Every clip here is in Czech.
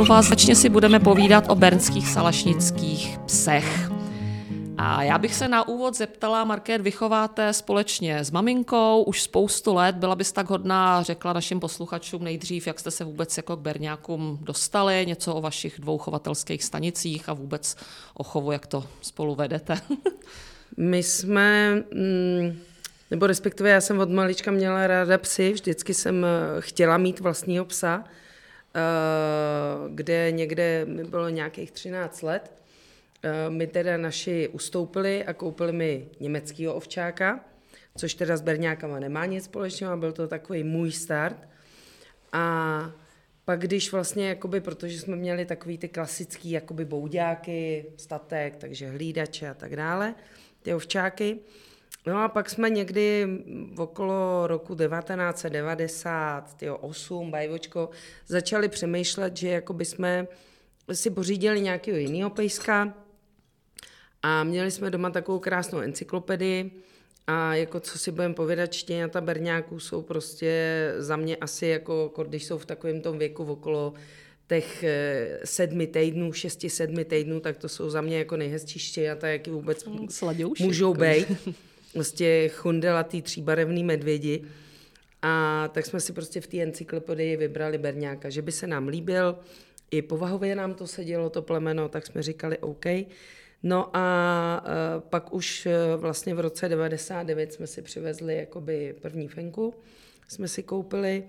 Hrubšíková. Začně si budeme povídat o bernských salašnických psech. A já bych se na úvod zeptala, Markéto, vychováte společně s maminkou už spoustu let. Byla bys tak hodná, řekla našim posluchačům nejdřív, jak jste se vůbec jako k berňákům dostali, něco o vašich 2 chovatelských stanicích a vůbec o chovu, jak to spolu vedete. My jsme, nebo respektive já jsem od malička měla ráda psy, vždycky jsem chtěla mít vlastního psa, kde někde mi bylo nějakých 13 let. My teda naši ustoupili a koupili mi německýho ovčáka, což teda s berňákama nemá nic společného, a byl to takový můj start. A pak když vlastně, jakoby, protože jsme měli takový ty klasický jakoby bouďáky, statek, takže hlídače a tak dále, ty ovčáky. No a pak jsme někdy okolo roku 1998, bajvočko, začali přemýšlet, že jakoby jsme si pořídili nějakého jiného pejska a měli jsme doma takovou krásnou encyklopedii a jako co si budeme povědat, štěňata berňáků jsou prostě za mě asi jako, když jsou v takovém tom věku okolo těch 7 týdnů, 6-7 týdnů, tak to jsou za mě jako nejhezčí štěňata, jaký vůbec můžou být. Prostě chundelatý 3barevný medvědi. A tak jsme si prostě v té encyklopedii vybrali berňáka, že by se nám líbil, i povahově nám to sedělo, to plemeno, tak jsme říkali OK. No a pak už vlastně v roce 99 jsme si přivezli jakoby první fenku, jsme si koupili,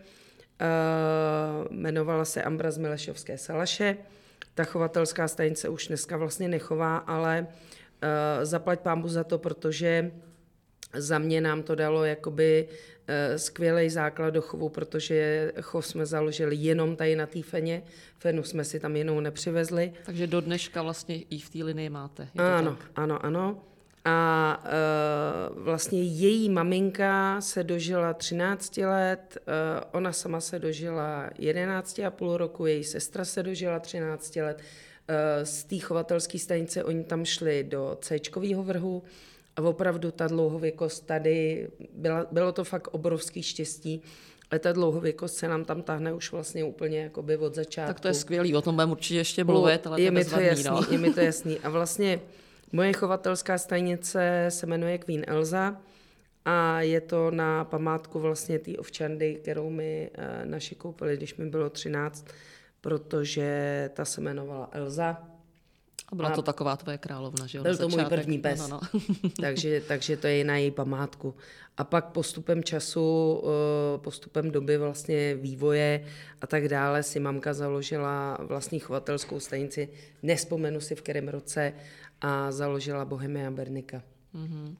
jmenovala se Ambra z Milešovské Salaše. Ta chovatelská stanice už dneska vlastně nechová, ale zaplať pánbůh za to, protože za mě nám to dalo jakoby skvělý základ do chovu, protože chov jsme založili jenom tady na té feně. Fenu jsme si tam jinou nepřivezli. Takže do dneška vlastně i v té linii máte. Ano. A vlastně její maminka se dožila 13 let, ona sama se dožila 11,5 roku, její sestra se dožila 13 let. Z té chovatelské stanice oni tam šli do C-čkovýho vrhu. A opravdu ta dlouhověkost tady, bylo to fakt obrovský štěstí, ale ta dlouhověkost se nám tam tahne už vlastně úplně jakoby od začátku. Tak to je skvělý, o tom budeme určitě ještě mluvit, ale je mi to jasný, je mi to jasný. A vlastně moje chovatelská stanice se jmenuje Queen Elza a je to na památku vlastně té ovčandy, kterou mi naši koupili, když mi bylo 13, protože ta se jmenovala Elza. A byla to taková tvoje královna, že jo? Byl to můj první pes, no. takže to je na její památku. A pak postupem času, postupem doby vlastně vývoje a tak dále si mamka založila vlastní chovatelskou stanici, nespomenu si v kterém roce, a založila Bohemia Bernika. Mm-hmm.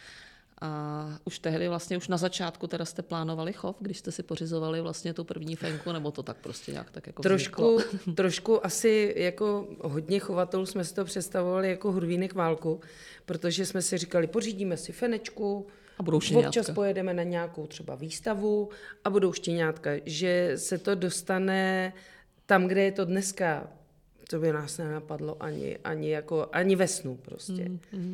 A už tehdy vlastně, už na začátku teda jste plánovali chov, když jste si pořizovali vlastně tu první fenku, nebo to tak prostě nějak tak jako trošku asi jako hodně chovatelů jsme si to představovali jako Hrvínek válku, protože jsme si říkali, pořídíme si fenečku, a budou štěňátka. Občas pojedeme na nějakou třeba výstavu a budou štěňátka, že se to dostane tam, kde je to dneska. To by nás nenapadlo ani ve snu prostě.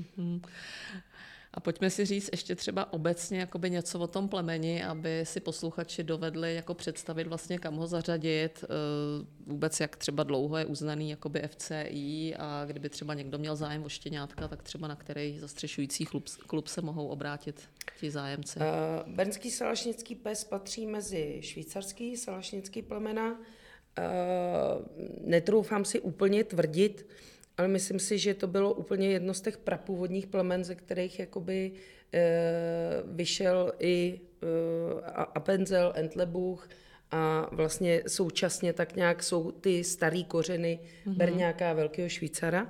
A pojďme si říct ještě třeba obecně jakoby něco o tom plemeni, aby si posluchači dovedli jako představit vlastně, kam ho zařadit, vůbec jak třeba dlouho je uznaný jakoby FCI, a kdyby třeba někdo měl zájem o štěňátka, tak třeba na který zastřešující klub se mohou obrátit ti zájemci. Bernský salašnický pes patří mezi švýcarský salašnický plemena. Netroufám si úplně tvrdit, ale myslím si, že to bylo úplně jedno z těch prapůvodních plemen, ze kterých jakoby vyšel i Appenzell, Entlebuch, a vlastně současně tak nějak jsou ty starý kořeny berňáka a velkého Švýcara.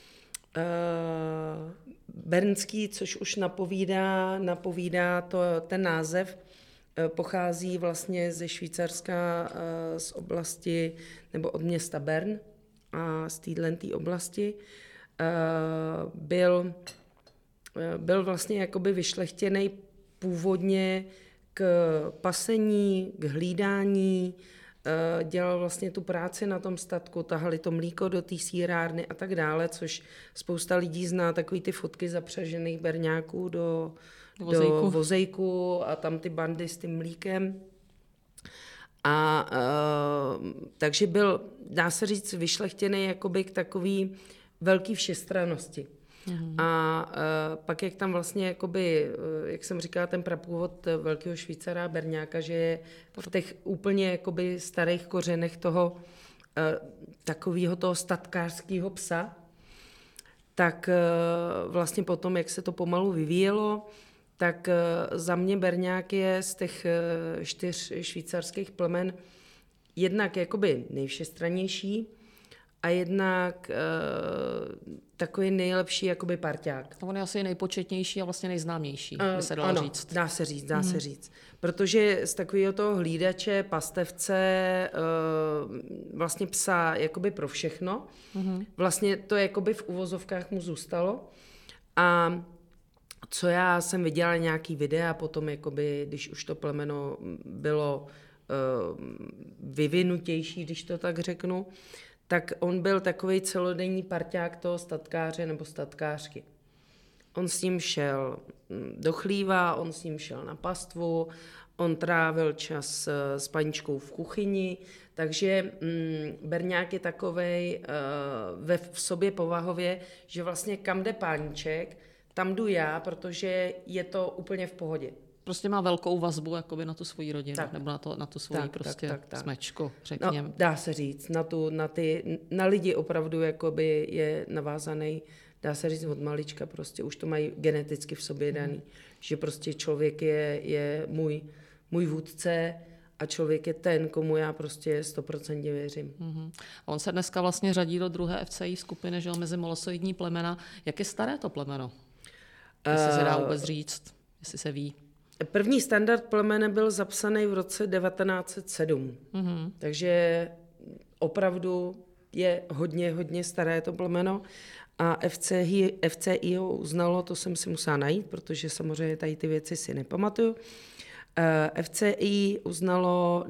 Bernský, což už napovídá to, ten název, pochází vlastně ze Švýcarska, z oblasti nebo od města Bern, a z této oblasti byl vlastně jakoby vyšlechtěný původně k pasení, k hlídání, dělal vlastně tu práci na tom statku, tahali to mlíko do té sýrárny a tak dále, což spousta lidí zná, takový ty fotky zapřažených berňáků do vozejku a tam ty bandy s tím mlíkem. A takže byl, dá se říct, vyšlechtěný jakoby k takový velký všestrannosti. A pak jak tam vlastně, jakoby, jak jsem říkala, ten prapůvod velkého Švýcara Berňáka, že je v těch úplně jakoby starých kořenech toho takového toho statkářského psa, tak vlastně potom, jak se to pomalu vyvíjelo, tak za mě Berňák je z těch 4 švýcarských plemen jednak jakoby nejvšestrannější a jednak takový nejlepší jakoby parťák. On je asi nejpočetnější a vlastně nejznámější, by se dalo ano, říct. dá se říct. Protože z takového toho hlídače, pastevce, vlastně psa jakoby pro všechno, vlastně to jakoby v uvozovkách mu zůstalo. A co já jsem viděla nějaký videa potom, jakoby, když už to plemeno bylo vyvinutější, když to tak řeknu, tak on byl takovej celodenní parťák toho statkáře nebo statkářky. On s ním šel do chlíva, on s ním šel na pastvu, on trávil čas s paničkou v kuchyni, takže Berňák je takovej v sobě povahově, že vlastně kam jde páníček, tam jdu já, protože je to úplně v pohodě. Prostě má velkou vazbu jakoby na tu svoji rodinu, tak, nebo na tu svoji prostě smečku, řekněme. No, dá se říct, na lidi opravdu jakoby je navázaný, dá se říct od malička, prostě už to mají geneticky v sobě daný, že prostě člověk je můj vůdce a člověk je ten, komu já prostě 100% věřím. A on se dneska vlastně řadí do druhé FCI skupiny, že mezi molosoidní plemena. Jak je staré to plemeno? Jestli se dá vůbec říct, jestli se ví. První standard plemene byl zapsaný v roce 1907, takže opravdu je hodně staré to plemeno a FCI ho uznalo, to jsem si musela najít, protože samozřejmě tady ty věci si nepamatuju. FCI uznalo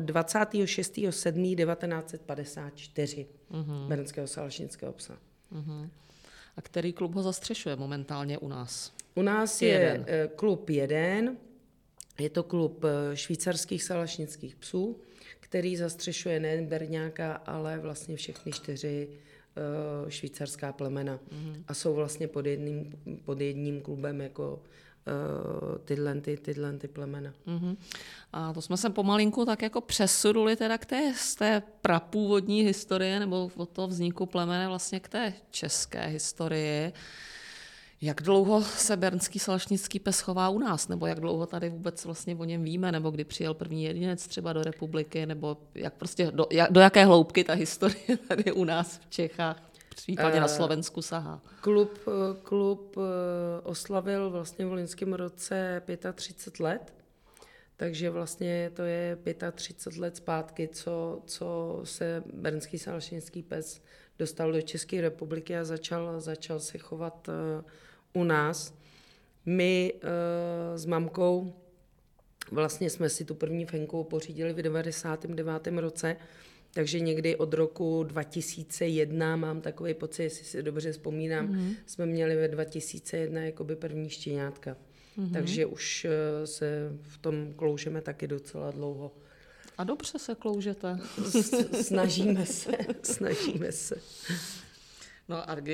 26.7.1954 bernského salašnického psa. A který klub ho zastřešuje momentálně u nás? U nás je klub 1, je to klub švýcarských salašnických psů, který zastřešuje nejen Berňáka, ale vlastně všechny 4 švýcarská plemena. A jsou vlastně pod jedním klubem jako tyhle plemena. A to jsme se pomalinku tak jako přesunuli teda z té prapůvodní historie nebo od toho vzniku plemene vlastně k té české historii. Jak dlouho se bernský salašnický pes chová u nás, nebo jak dlouho tady vůbec vlastně o něm víme, nebo kdy přijel první jedinec třeba do republiky, nebo jak prostě do jaké hloubky ta historie tady u nás v Čechách, případně na Slovensku sahá? Klub oslavil vlastně v loňském roce 35 let, takže vlastně to je 35 let zpátky, co se bernský salašnický pes dostal do České republiky a začal se chovat u nás. My s mamkou vlastně jsme si tu první fenku pořídili v 99. roce, takže někdy od roku 2001, mám takový pocit, jestli si dobře vzpomínám, jsme měli ve 2001 jakoby první štěňátka. Takže už se v tom kloužeme taky docela dlouho. A dobře se kloužete. Snažíme se. No a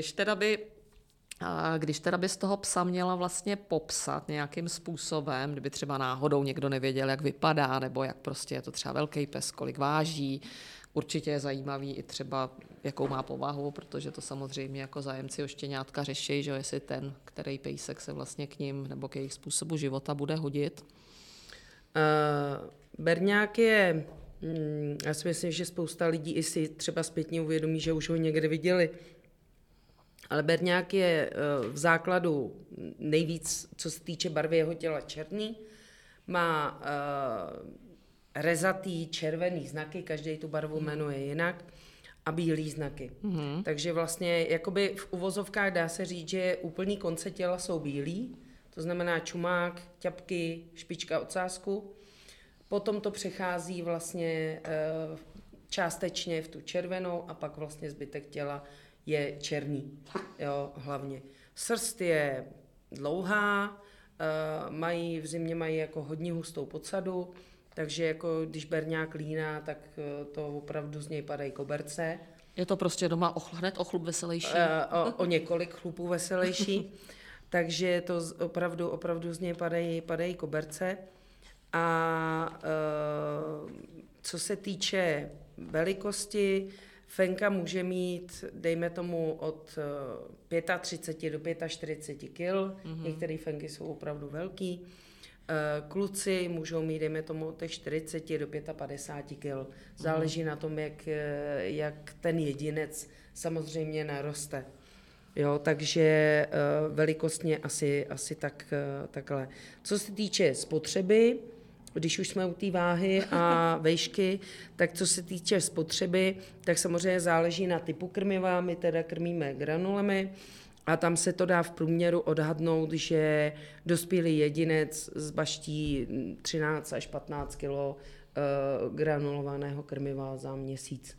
když teda by z toho psa měla vlastně popsat nějakým způsobem, kdyby třeba náhodou někdo nevěděl, jak vypadá, nebo jak prostě je to třeba velký pes, kolik váží, určitě je zajímavý i třeba, jakou má povahu, protože to samozřejmě jako zájemci o štěňátka řeší, že jestli ten, který pejsek se vlastně k ním nebo k jejich způsobu života bude hodit. Berňák je, já si myslím, že spousta lidí i si třeba zpětně uvědomí, že už ho někde viděli, ale Berňák je v základu nejvíc, co se týče barvy jeho těla, černý, má rezatý červený znaky, každý tu barvu jmenuje jinak, a bílý znaky. Takže vlastně jakoby v uvozovkách dá se říct, že úplný konce těla jsou bílý, to znamená čumák, ťapky, špička ocásku. Potom to přechází vlastně částečně v tu červenou a pak vlastně zbytek těla je černý, jo, hlavně. Srst je dlouhá, v zimě mají jako hodně hustou podsadu, takže jako když berňák líná, tak to opravdu z něj padají koberce. Je to prostě doma hned o chlup veselější? O několik chlupů veselější, takže to opravdu z něj padají koberce. A co se týče velikosti, fenka může mít, dejme tomu, od 35 do 45 kg. Některé fenky jsou opravdu velký. Kluci můžou mít, dejme tomu, od 40 do 55 kg. Záleží na tom, jak ten jedinec samozřejmě naroste. Jo, takže velikostně asi takhle. Co se týče spotřeby, když už jsme u té váhy a vejšky, tak co se týče spotřeby, tak samozřejmě záleží na typu krmiva. My teda krmíme granulemi a tam se to dá v průměru odhadnout, že dospělý jedinec zbaští 13 až 15 kg granulovaného krmiva za měsíc.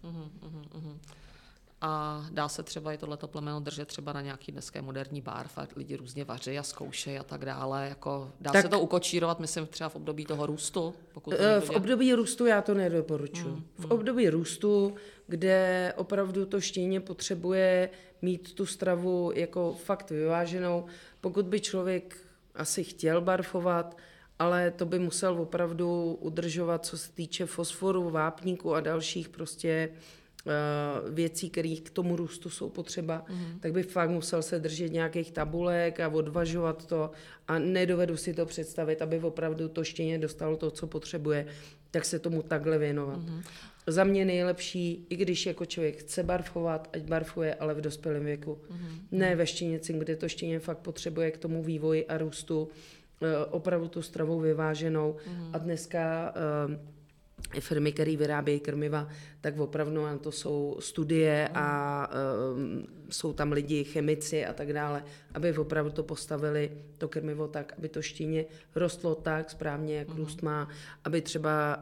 A dá se třeba i tohleto plemeno držet třeba na nějaký dneska moderní barv a lidi různě vaří a zkoušejí a tak dále. Jako dá se to ukočírovat, myslím, třeba v období toho růstu? V období růstu já to nedoporučuji. V období růstu, kde opravdu to štěně potřebuje mít tu stravu jako fakt vyváženou, pokud by člověk asi chtěl barfovat, ale to by musel opravdu udržovat, co se týče fosforu, vápníku a dalších prostě věcí, které k tomu růstu jsou potřeba, tak by fakt musel se držet nějakých tabulek a odvažovat to a nedovedu si to představit, aby opravdu to štěně dostalo to, co potřebuje, tak se tomu takhle věnovat. Za mě nejlepší, i když jako člověk chce barfovat, ať barfuje, ale v dospělém věku. Ne ve štěněci, kde to štěně fakt potřebuje k tomu vývoji a růstu opravdu tu stravu vyváženou. A dneska firmy, které vyrábějí krmiva, tak opravdu na to jsou studie a jsou tam lidi, chemici a tak dále, aby opravdu to postavili, to krmivo tak, aby to štěně rostlo tak správně, jak růst má, aby třeba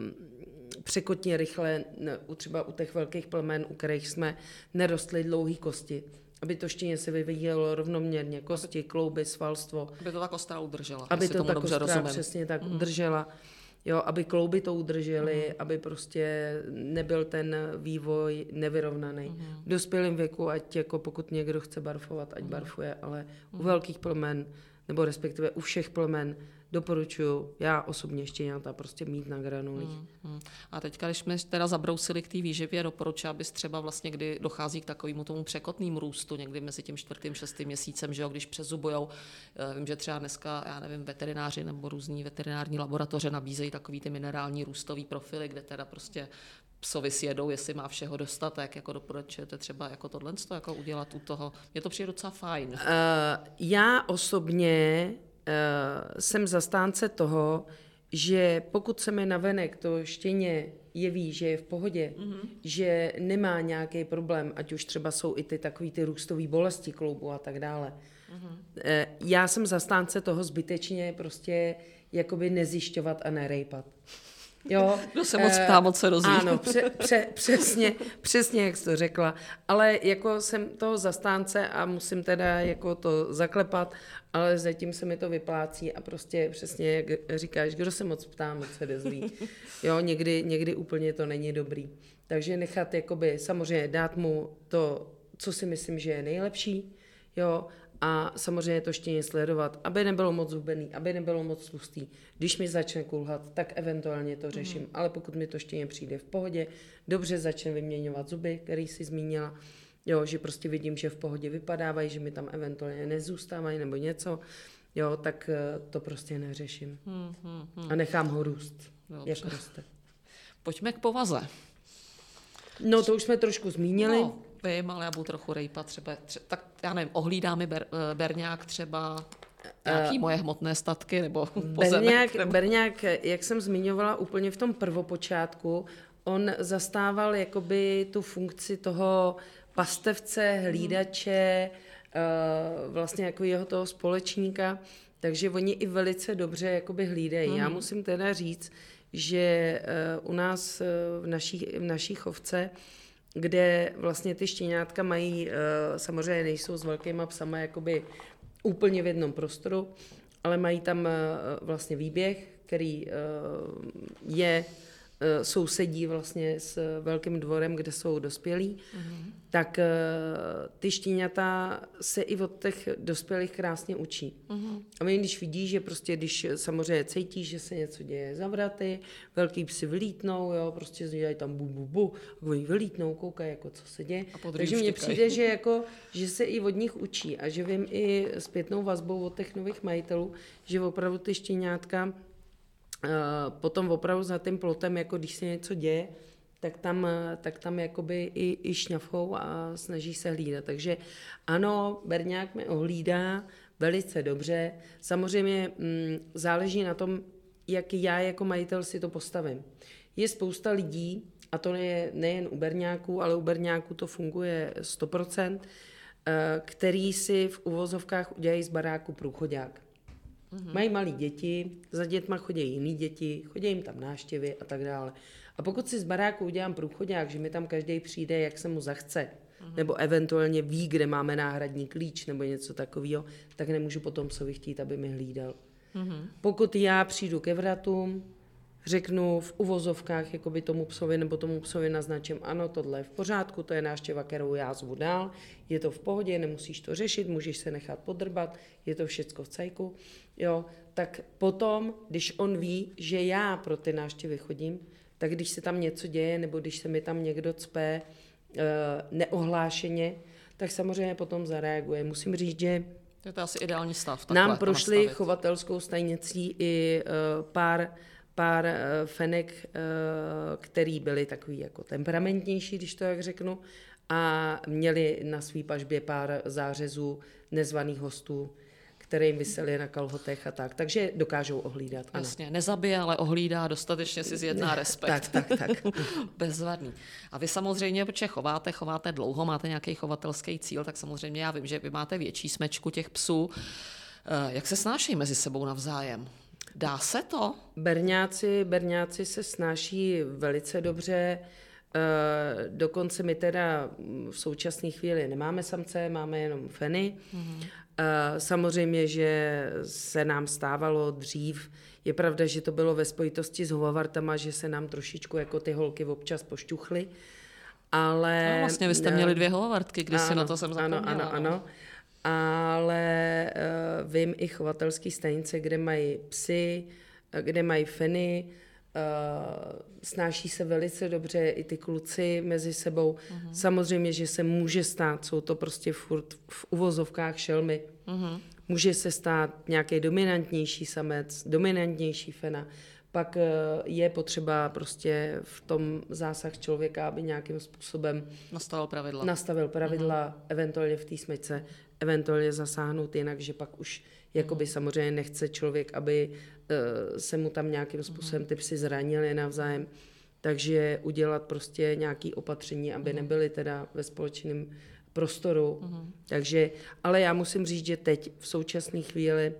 překotně rychle, třeba u těch velkých plemen, u kterých jsme, nerostly dlouhé kosti, aby to štěně se vyvíjelo rovnoměrně, kosti, klouby, svalstvo. Aby to tak ostra udržela. Aby to tak ostra přesně tak udržela. Jo, aby klouby to udržely, aby prostě nebyl ten vývoj nevyrovnaný. V dospělém věku, ať jako pokud někdo chce barfovat, ať barfuje, ale u velkých plemen, nebo respektive u všech plemen, doporučuji, já osobně štěňata prostě mít na granulích. A teďka, když jsme teda zabrousili k té výživě, doporučuji, abys třeba vlastně, kdy dochází k takovému tomu překotnému růstu, někdy mezi tím 4. 6. měsícem, že jo, když přezubujou, vím, že třeba dneska, já nevím, veterináři nebo různý veterinární laboratoře nabízejí takový ty minerální růstový profily, kde teda prostě psovi sjedou, jestli má všeho dostatek, jako doporučujete třeba jako tohle jako udělat u toho. Mně to přijde docela fajn. Já osobně jsem zastánce toho, že pokud se mi navenek to štěně jeví, že je v pohodě, že nemá nějaký problém, ať už třeba jsou i ty takový ty růstové bolesti kloubu a tak dále. Já jsem zastánce toho zbytečně prostě jakoby nezjišťovat a nerejpat. Jo, kdo se moc ptá, moc se dozví. Ano, přesně, jak jsi to řekla. Ale jako jsem toho zastánce a musím teda jako to zaklepat, ale zatím se mi to vyplácí a prostě přesně, jak říkáš, kdo se moc ptá, moc se dozví. Jo, někdy úplně to není dobrý. Takže nechat jakoby, samozřejmě dát mu to, co si myslím, že je nejlepší, jo, a samozřejmě to štěně sledovat, aby nebylo moc zubený, aby nebylo moc tlustý. Když mi začne kulhat, tak eventuálně to řeším, ale pokud mi to štěně přijde v pohodě, dobře začne vyměňovat zuby, který jsi zmínila, jo, že prostě vidím, že v pohodě vypadávají, že mi tam eventuálně nezůstávají nebo něco, jo, tak to prostě neřeším. A nechám ho růst, jak roste. Pojďme k povaze. No, to už jsme trošku zmínili. No, vím, ale já budu trochu rejpat třeba. Tak já nevím, ohlídá mi berňák třeba nějaký moje hmotné statky nebo pozemek? Berňák, jak jsem zmiňovala úplně v tom prvopočátku, on zastával jakoby tu funkci toho pastevce, hlídače, vlastně jako jeho toho společníka, takže oni i velice dobře jakoby hlídají. Já musím teda říct, že u nás v naší chovce, kde vlastně ty štěňátka mají, samozřejmě nejsou s velkýma psama jakoby úplně v jednom prostoru, ale mají tam vlastně výběh, který sousedí vlastně s velkým dvorem, kde jsou dospělí, tak ty štěňata se i od těch dospělých krásně učí. A my když vidí, že prostě, když samozřejmě cítí, že se něco děje za vraty, velký psi vylítnou, jo, prostě dělají tam bu, bu, bu, a oni vylítnou, koukají, jako co se děje. Takže mně přijde, že, jako, že se i od nich učí a že vím i zpětnou vazbou od těch nových majitelů, že opravdu ty štěňátka potom opravdu za tím plotem, jako když se něco děje, tak tam jakoby i šňafou a snaží se hlídat. Takže ano, berňák mě ohlídá velice dobře. Samozřejmě záleží na tom, jak já jako majitel si to postavím. Je spousta lidí, a to je nejen u berňáků, ale u berňáků to funguje 100%, který si v uvozovkách udělají z baráku průchodák. Mají malí děti, za dětma chodí jiný děti, chodí jim tam návštěvy a tak dále. A pokud si z baráku udělám průchodák, že mi tam každý přijde, jak se mu zachce, nebo eventuálně ví, kde máme náhradní klíč nebo něco takového, tak nemůžu potom psovi chtít, aby mi hlídal. Pokud já přijdu ke vratům, řeknu v uvozovkách jakoby tomu psovi naznačím, ano, tohle je v pořádku, to je návštěva, kterou já zvu dál, je to v pohodě, nemusíš to řešit, můžeš se nechat podrbat, je to všecko v cajku, jo, tak potom, když on ví, že já pro ty návštěvy chodím, tak když se tam něco děje, nebo když se mi tam někdo cpe neohlášeně, tak samozřejmě potom zareaguje. Musím říct, že je to asi ideální stav. Nám prošli chovatelskou stanicí i pár fenek, který byly takový jako temperamentnější, když to jak řeknu, a měli na svý pažbě pár zářezů nezvaných hostů, které jim visely na kalhotech a tak. Takže dokážou ohlídat. Ano. Jasně, nezabije, ale ohlídá, dostatečně si zjedná respekt. Tak. Bezvadný. A vy samozřejmě, protože chováte dlouho, máte nějaký chovatelský cíl, tak samozřejmě já vím, že vy máte větší smečku těch psů. Jak se snášejí mezi sebou navzájem? Dá se to? Berňáci se snáší velice dobře, dokonce my teda v současné chvíli nemáme samce, máme jenom feny. Samozřejmě, že se nám stávalo dřív, je pravda, že to bylo ve spojitosti s hovavartama, že se nám trošičku jako ty holky občas pošťuchly, ale... No, vlastně vy jste měli 2 hovavartky, když si na to jsem zapomněla. Ano. Ale vím i chovatelský stanice, kde mají psy, kde mají feny, snáší se velice dobře i ty kluci mezi sebou. Samozřejmě, že se může stát, jsou to prostě furt v uvozovkách šelmy. Může se stát nějaký dominantnější samec, dominantnější fena. Pak je potřeba prostě v tom zásah člověka, aby nějakým způsobem nastavil pravidla, eventuálně v té smečce, eventuálně zasáhnout jinak, že pak už jakoby samozřejmě nechce člověk, aby se mu tam nějakým způsobem ty psy zranily navzájem. Takže udělat prostě nějaké opatření, aby nebyly teda ve společném prostoru. Takže, ale já musím říct, že teď v současné chvíli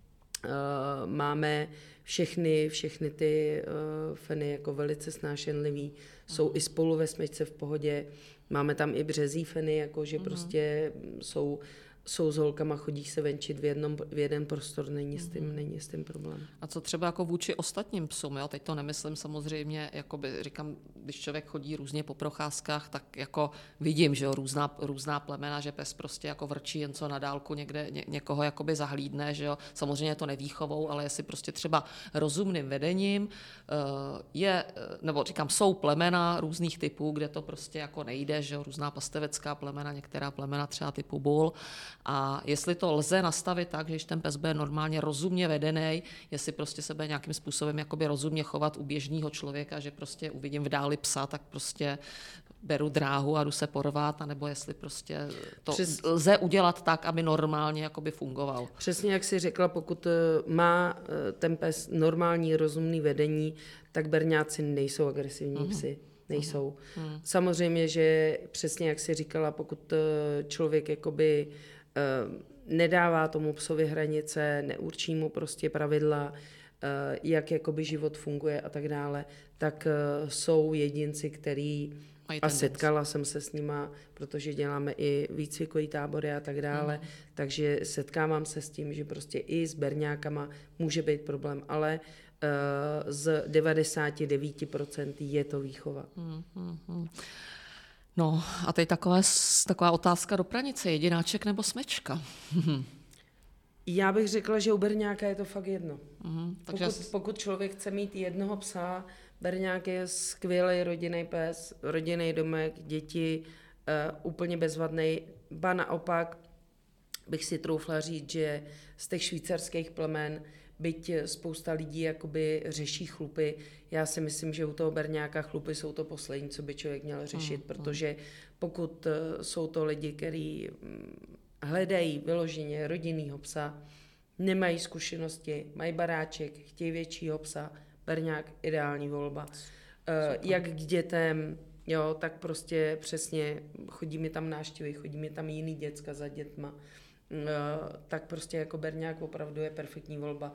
máme všechny ty feny jako velice snášenlivý, jsou i spolu ve smečce v pohodě, máme tam i březí feny, jakože prostě jsou s holkama, chodí se venčit v jeden prostor, není s tím problém. A co třeba jako vůči ostatním psům, jo? Teď to nemyslím samozřejmě, jakoby, říkám, když člověk chodí různě po procházkách, tak jako vidím, že jo, různá plemena, že pes prostě jako vrčí jen co na dálku někde někoho jakoby zahlídne, že jo, samozřejmě to nevýchovou, ale jestli prostě třeba rozumným vedením nebo říkám, jsou plemena různých typů, kde to prostě jako nejde, že jo, různá pastevecká plemena, některá plemena třeba typu bull. A jestli to lze nastavit tak, že když ten pes bude normálně rozumně vedený, jestli prostě se bude nějakým způsobem jakoby rozumně chovat u běžného člověka, že prostě uvidím v dáli psa, tak prostě beru dráhu a jdu se porvat, anebo jestli prostě to lze udělat tak, aby normálně jakoby fungoval. Přesně jak jsi řekla, pokud má ten pes normální rozumný vedení, tak berňáci nejsou agresivní psy. Nejsou. Samozřejmě, že přesně jak jsi říkala, pokud člověk jakoby nedává tomu psovi hranice, neurčí mu prostě pravidla, jak jakoby život funguje a tak dále, tak jsou jedinci, který a setkala jsem se s nima, protože děláme i výcvikový tábory a tak dále, takže setkávám se s tím, že prostě i s berňákama může být problém, ale z 99% je to výchova. No a teď taková otázka do pranice. Jedináček nebo smečka? Já bych řekla, že u berňáka je to fakt jedno. Takže Pokud člověk chce mít jednoho psa, berňák je skvělý rodinný pes, rodinný domek, děti, úplně bezvadný. Ba naopak bych si troufla říct, že z těch švýcarských plemen, byť spousta lidí jakoby řeší chlupy, já si myslím, že u toho berňáka chlupy jsou to poslední, co by člověk měl řešit, protože pokud jsou to lidi, kteří hledají vyloženě rodinnýho psa, nemají zkušenosti, mají baráček, chtějí většího psa, berňák ideální volba. Jak k dětem, jo, tak prostě přesně chodí mi tam návštěvy, chodí mi tam jiný děcka za dětma, tak prostě jako berňák opravdu je perfektní volba.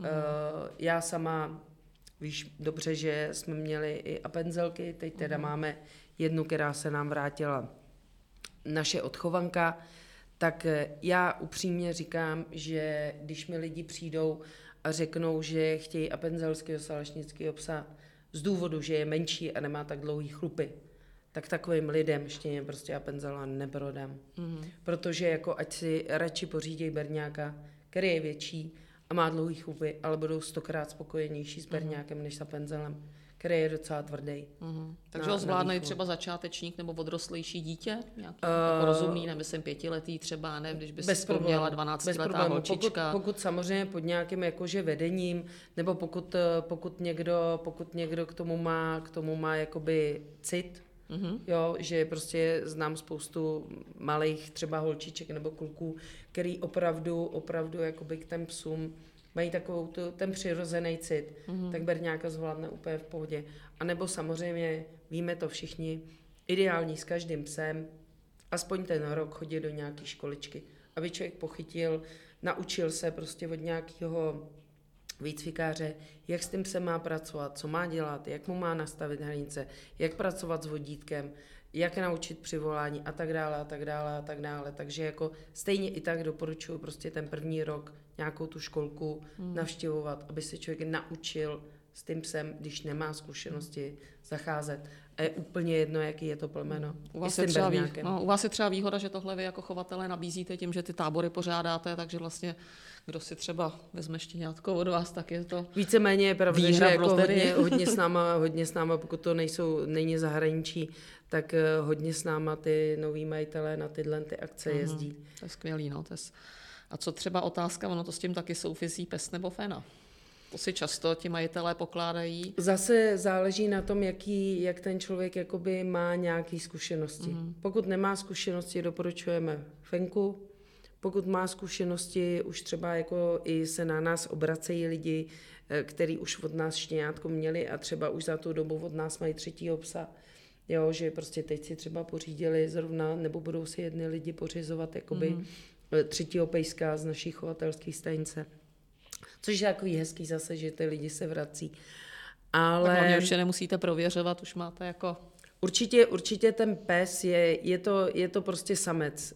Já sama, víš dobře, že jsme měli i apenzelky, teď teda máme jednu, která se nám vrátila, naše odchovanka, tak já upřímně říkám, že když mi lidi přijdou a řeknou, že chtějí apenzelského salašnického psa z důvodu, že je menší a nemá tak dlouhý chlupy, tak takovým lidem štěně prostě apenzela neprodám. Protože jako ať si radši pořídějí berňáka, který je větší a má dlouhý chlupy, ale budou 100krát spokojenější s berňákem než s apenzelem, který je docela tvrdý. Takže ho zvládne i třeba začátečník nebo odrostlejší dítě? Nějaký jako rozumný, nemyslím 5letý třeba, ne, když by si vzpomněla 12letá holčička. Pokud samozřejmě pod nějakým jakože vedením, nebo pokud někdo k tomu má jakoby cit, jo, že prostě znám spoustu malých třeba holčiček nebo kluků, který opravdu jakoby k těm psům mají takovou ten přirozený cit, tak berňáka zvládne úplně v pohodě. A nebo samozřejmě, víme to všichni, ideální s každým psem, aspoň ten rok chodit do nějaké školičky, aby člověk pochytil, naučil se prostě od nějakého výcvikáře, jak s tím psem má pracovat, co má dělat, jak mu má nastavit hranice, jak pracovat s vodítkem, jak naučit přivolání a tak dále, a tak dále, a tak dále. Takže jako stejně i tak doporučuji prostě ten první rok nějakou tu školku navštěvovat, aby se člověk naučil s tím psem, když nemá zkušenosti, zacházet. A je úplně jedno, jaký je to plemeno. U vás je třeba výhoda, že tohle vy jako chovatelé nabízíte tím, že ty tábory pořádáte, takže vlastně kdo si třeba vezme štěňátko od vás, tak je to víceméně je pravda, že jako hodně s náma, pokud to není zahraničí, tak hodně s náma ty noví majitelé na tyhle ty akce jezdí. To je skvělý, no. A co třeba otázka, ono to s tím taky souvisí, pes nebo fena? To si často ti majitelé pokládají. Zase záleží na tom, jak ten člověk jakoby má nějaké zkušenosti. Pokud nemá zkušenosti, doporučujeme fenku. Pokud má zkušenosti, už třeba jako i se na nás obracejí lidi, kteří už od nás štěňátko měli a třeba už za tu dobu od nás mají třetího psa. Jo, že prostě teď si třeba pořídili zrovna, nebo budou si jedny lidi pořizovat jakoby třetího pejska z naší chovatelské stanice. Což je takový hezký zase, že ty lidi se vrací. Ale tak hlavně už je nemusíte prověřovat, už máte jako... Určitě ten pes je to prostě samec.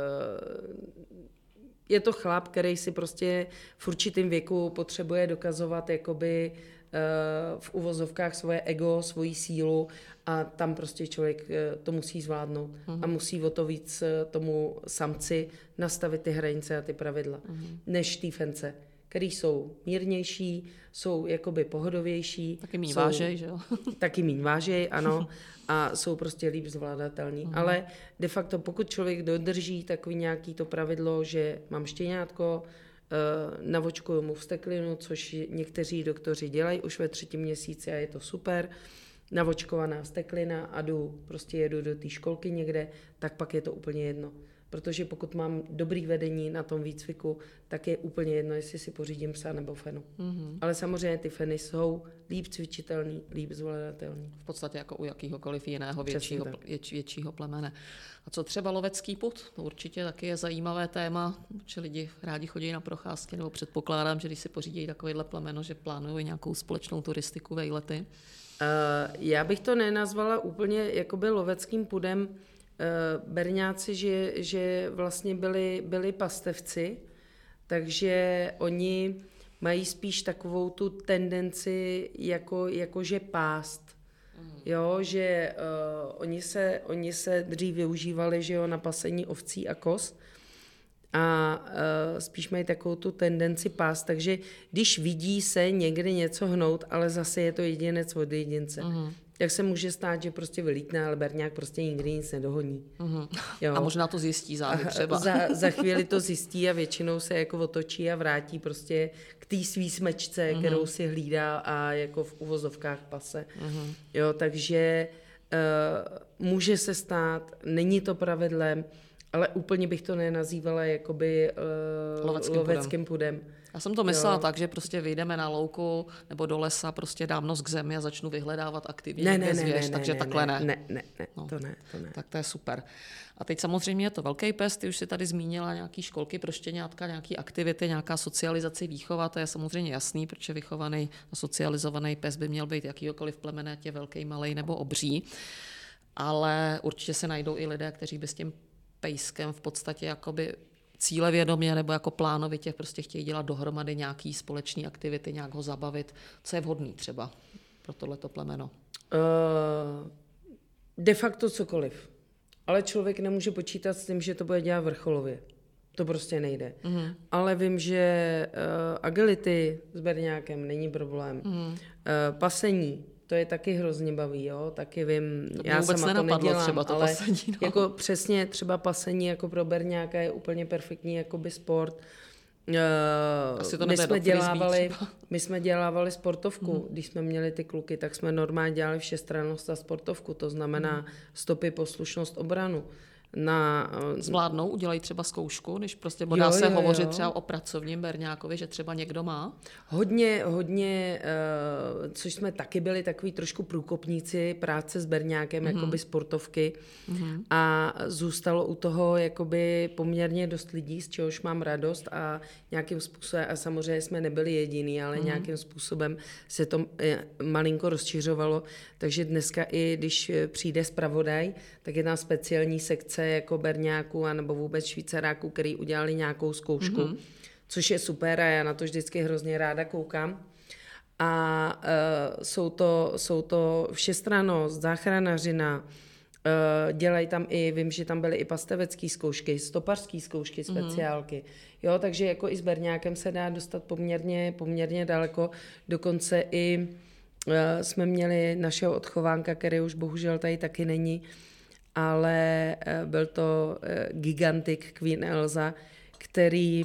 Je to chlap, který si prostě v určitém věku potřebuje dokazovat jakoby v uvozovkách svoje ego, svoji sílu a tam prostě člověk to musí zvládnout a musí o to víc tomu samci nastavit ty hranice a ty pravidla, než té fence, který jsou mírnější, jsou jakoby pohodovější. Taky míň vážej, že jo? Taky míň vážej, ano, a jsou prostě líp zvládatelný. Ale de facto, pokud člověk dodrží takový nějaký to pravidlo, že mám štěňátko, navočkuju mu vsteklinu, což někteří doktoři dělají už ve 3. měsíci a je to super, navočkovaná vsteklina a jedu do té školky někde, tak pak je to úplně jedno. Protože pokud mám dobrý vedení na tom výcviku, tak je úplně jedno, jestli si pořídím psa nebo fenu. Ale samozřejmě ty feny jsou líp cvičitelný, líp zvládatelný. V podstatě jako u jakýhokoliv jiného většího plemene. A co třeba lovecký pud? To určitě taky je zajímavé téma, že lidi rádi chodí na procházky, nebo předpokládám, že když si pořídí takovéhle plemeno, že plánují nějakou společnou turistiku, vejlety. Já bych to nenazvala úplně jakoby loveckým pudem. Berňáci, že vlastně byli pastevci, takže oni mají spíš takovou tu tendenci jakože pást. Jo, že oni se dřív využívali, že jo, na pasení ovcí a koz a spíš mají takovou tu tendenci pást, takže když vidí se někde něco hnout, ale zase je to jedinec od jedince, tak se může stát, že prostě vylítne, ale berňák prostě nikdy nic nedohoní. Jo. A možná to zjistí záhy třeba. Za chvíli to zjistí a většinou se jako otočí a vrátí prostě k té svý smečce, kterou si hlídá a jako v uvozovkách pase. Jo, takže může se stát, není to pravidlem, ale úplně bych to nenazývala jakoby loveckým pudem. Já jsem to myslela tak, že prostě vyjdeme na louku nebo do lesa, prostě dám nos k zemi a začnu vyhledávat aktivně zvěř, takže takhle ne. Ne, to ne. Tak to je super. A teď samozřejmě je to velký pes, ty už si tady zmínila nějaký školky pro štěňátka, nějaký aktivity, nějaká socializace, výchova, to je samozřejmě jasný, protože vychovaný a socializovaný pes by měl být jakýkoliv plemene, ať je velký, malej nebo obří. Ale určitě se najdou i lidé, kteří by s tím pejskem v podstatě jakoby cílevědomě nebo jako plánovitě prostě chtějí dělat dohromady nějaký společný aktivity, nějak ho zabavit. Co je vhodný třeba pro tohleto plemeno? De facto cokoliv. Ale člověk nemůže počítat s tím, že to bude dělat vrcholově. To prostě nejde. Ale vím, že agility s berňákem není problém. Pasení, to je taky hrozně baví, jo, taky vím, já sama to nedělám, třeba to ale pasení, no. Jako přesně třeba pasení jako pro berňáka je úplně perfektní jakoby sport. My jsme dělávali sportovku, když jsme měli ty kluky, tak jsme normálně dělali všestrannost a sportovku, to znamená stopy, poslušnost, obranu. Zvládnou, udělají třeba zkoušku, když prostě dá se hovořit třeba o pracovním berňákovi, že třeba někdo má? Hodně, což jsme taky byli takový trošku průkopníci práce s berňákem, jakoby sportovky a zůstalo u toho jakoby poměrně dost lidí, z čehož mám radost a nějakým způsobem, a samozřejmě jsme nebyli jediný, ale nějakým způsobem se to malinko rozšiřovalo, takže dneska i když přijde zpravodaj, tak je tam speciální sekce jako berňáků anebo vůbec švýcaráků, který udělali nějakou zkoušku, což je super a já na to vždycky hrozně ráda koukám. A jsou to všestrannost, záchranařina, dělají tam i, vím, že tam byly i pastevecké zkoušky, stopařské zkoušky, speciálky. Jo, takže jako i s berňákem se dá dostat poměrně daleko. Dokonce i jsme měli našeho odchovánka, který už bohužel tady taky není, ale byl to gigantik Queen Elza, který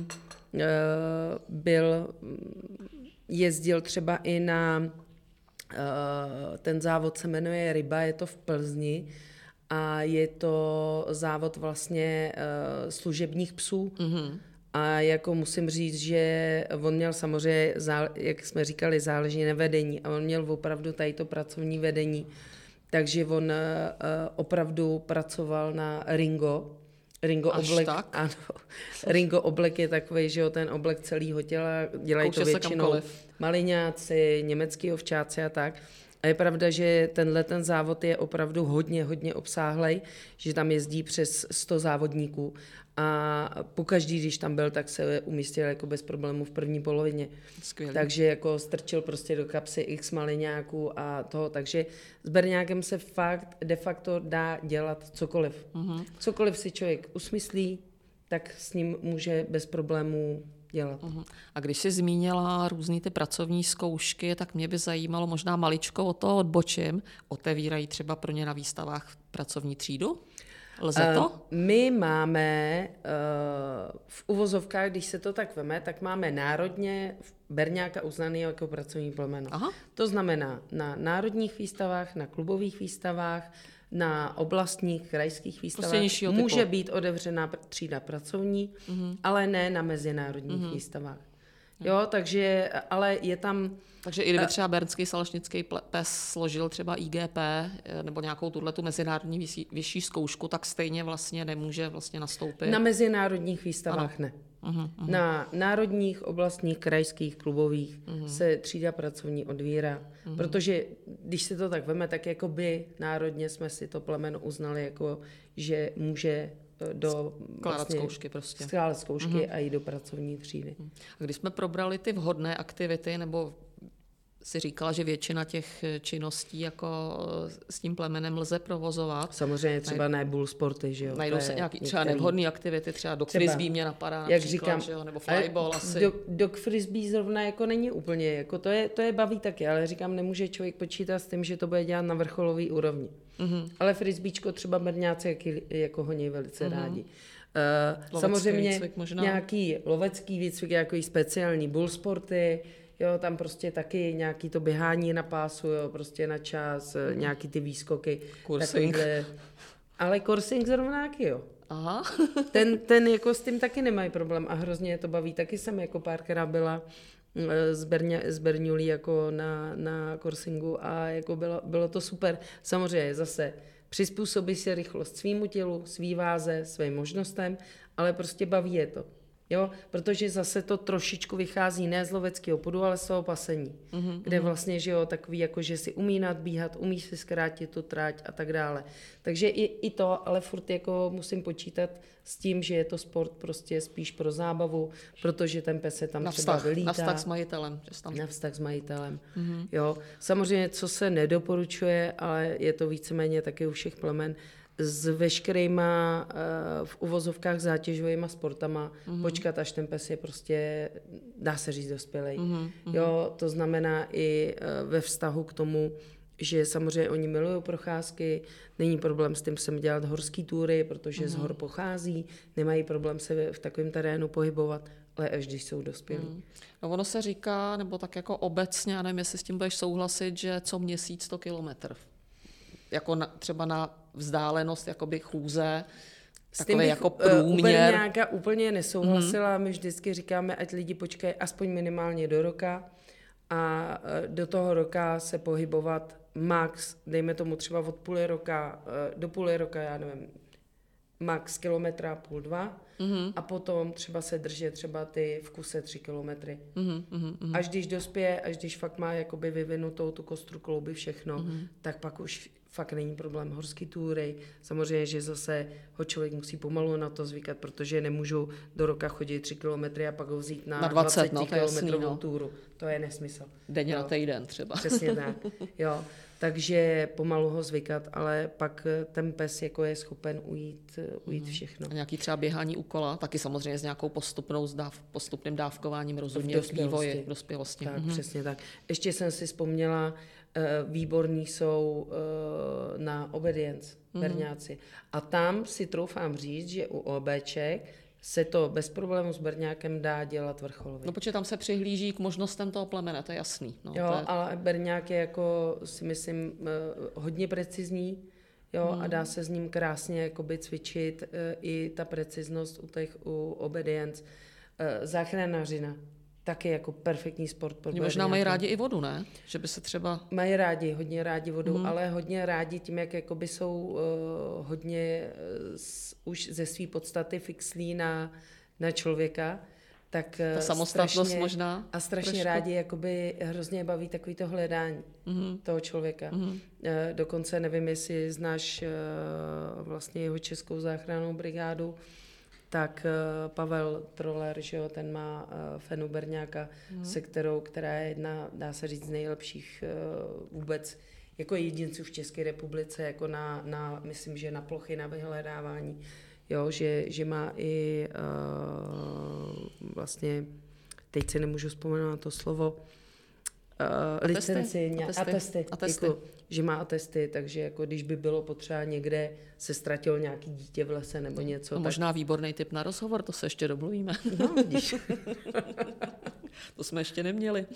jezdil třeba i na ten závod se jmenuje Ryba, je to v Plzni a je to závod vlastně služebních psů. A jako musím říct, že on měl samozřejmě, jak jsme říkali, záleží na vedení a on měl opravdu tady to pracovní vedení. Takže on opravdu pracoval na Ringo. Ringo oblek, ano. Ringo oblek je takový, že jo, ten oblek celého těla, dělají to většinou maliňáci, německý ovčáci a tak. A je pravda, že ten závod je opravdu hodně obsáhlej, že tam jezdí přes 100 závodníků a pokaždý, když tam byl, tak se umístil jako bez problémů v první polovině. Skvělý. Takže jako strčil prostě do kapsy x maliňáků a toho, takže s berňákem se fakt de facto dá dělat cokoliv. Cokoliv si člověk usmyslí, tak s ním může bez problémů dělat. A když jsi zmínila různý ty pracovní zkoušky, tak mě by zajímalo, možná maličko od toho odbočím, otevírají třeba pro ně na výstavách pracovní třídu? Lze to? My máme v uvozovkách, když se to tak veme, tak máme národně berňáka uznaný jako pracovní plemeno. Aha. To znamená na národních výstavách, na klubových výstavách, na oblastních, krajských výstavách prostě může být otevřená třída pracovní, ale ne na mezinárodních výstavách. Jo, takže, ale je tam... Takže i kdyby třeba bernský salašnický pes složil třeba IGP nebo nějakou tuhletu mezinárodní vyšší zkoušku, tak stejně vlastně nemůže vlastně nastoupit. Na mezinárodních výstavách ne. Na národních, oblastních, krajských, klubových se třída pracovní odvírá. Protože když se to tak veme, tak jako by národně jsme si to plemeno uznali, jako že může do skládat zkoušky prostě. Skládat zkoušky a jít do pracovní třídy. A když jsme probrali ty vhodné aktivity, nebo si říkala, že většina těch činností jako s tím plemenem lze provozovat. Samozřejmě třeba ne bull sporty, že jo. Najdou se nějaký třeba nevhodné aktivity, třeba dog frisbee mě napadá jak například, říkám, že jo, nebo flyball asi. Dog frisbee zrovna jako není úplně, jako to je baví taky, ale říkám, nemůže člověk počítat s tím, že to bude dělat na vrcholový úrovni. Ale frisbeečko třeba brňáci jako honí velice rádi. Samozřejmě výcvik nějaký lovecký výcvik, jako speciální bull sporty, jo, tam prostě taky nějaký to běhání na pásu, jo, prostě na čas, nějaký ty výskoky. Coursing. Ale coursing zrovna taky, jo. Aha. ten jako s tím taky nemají problém a hrozně je to baví. Taky jsem jako párkrát byla z Berňulí jako na coursingu a jako bylo to super. Samozřejmě zase přizpůsobí se rychlost svýmu tělu, svý váze, svým možnostem, ale prostě baví je to. Jo, protože zase to trošičku vychází ne z loveckého podu, ale z toho pasení, kde vlastně, že jo, takový jako, že si umí nadbíhat, umí si zkrátit tu trať a tak dále. Takže i to, ale furt jako musím počítat s tím, že je to sport prostě spíš pro zábavu, protože ten pes se tam třeba vylítá. Na vztah s majitelem. Na vztah s majitelem, jo. Samozřejmě, co se nedoporučuje, ale je to víceméně taky u všech plemen, s veškerýma v uvozovkách zátěžovýma sportama počkat, až ten pes je prostě, dá se říct, dospělej. Jo, to znamená i ve vztahu k tomu, že samozřejmě oni milují procházky, není problém s tím psem dělat horský túry, protože z hor pochází, nemají problém se v takovém terénu pohybovat, ale až když jsou dospělí. No ono se říká, nebo tak jako obecně, já nevím, jestli s tím budeš souhlasit, že co měsíc 100 kilometr. Jako třeba na vzdálenost jakoby chůze, takový jako průměr. Úplně nesouhlasila, my vždycky říkáme, ať lidi počkají aspoň minimálně do roka a do toho roka se pohybovat max, dejme tomu třeba od půl roka do půl roka, já nevím, max kilometra půl 2 a potom třeba se držet třeba ty v kuse 3 kilometry. Až když dospěje, až když fakt má jakoby vyvinutou tu kostru klouby všechno, tak pak už fakt není problém horský túry. Samozřejmě, že zase ho člověk musí pomalu na to zvykat, protože nemůžu do roka chodit 3 kilometry a pak ho vzít na 20 kilometrovou túru. To je nesmysl. Denně na týden třeba. Přesně tak. Jo. Takže pomalu ho zvykat, ale pak ten pes jako je schopen ujít všechno. A nějaký třeba běhání u kola, taky samozřejmě s nějakou postupným dávkováním rozumně v vývoji, v dospělosti. Tak, přesně tak. Ještě jsem si vzpomněla, výborní jsou na obedience, berňáci. A tam si troufám říct, že u OBček se to bez problému s berňákem dá dělat vrcholově. No protože tam se přihlíží k možnostem toho plemene, to je jasný. No, jo, ale berňák je jako, si myslím, hodně precizní, jo, a dá se s ním krásně jakoby cvičit i ta preciznost u obedience. Záchranářina, taky jako perfektní sport pro berňáky. Možná mají rádi i vodu, ne? Že by se třeba... Mají rádi, hodně rádi vodu, ale hodně rádi tím, jak jakoby jsou hodně už ze své podstaty fixlí na člověka, tak ta samostatnost možná. A strašně trošku rádi jakoby hrozně baví takový to hledání toho člověka. Dokonce nevím, jestli znáš vlastně jeho českou záchrannou brigádu, tak Pavel Troller, že jo, ten má Fenu berňáka, která je jedna, dá se říct, z nejlepších vůbec jako jedinců v České republice, jako myslím, že na plochy, na vyhledávání, jo, že má i vlastně, teď se nemůžu vzpomenout na to slovo, licenci, atesty. Jako, že má atesty, takže jako když by bylo potřeba někde se ztratilo nějaký dítě v lese nebo něco. No, možná výborný tip na rozhovor, to se ještě domluvíme. No, vidíš. To jsme ještě neměli.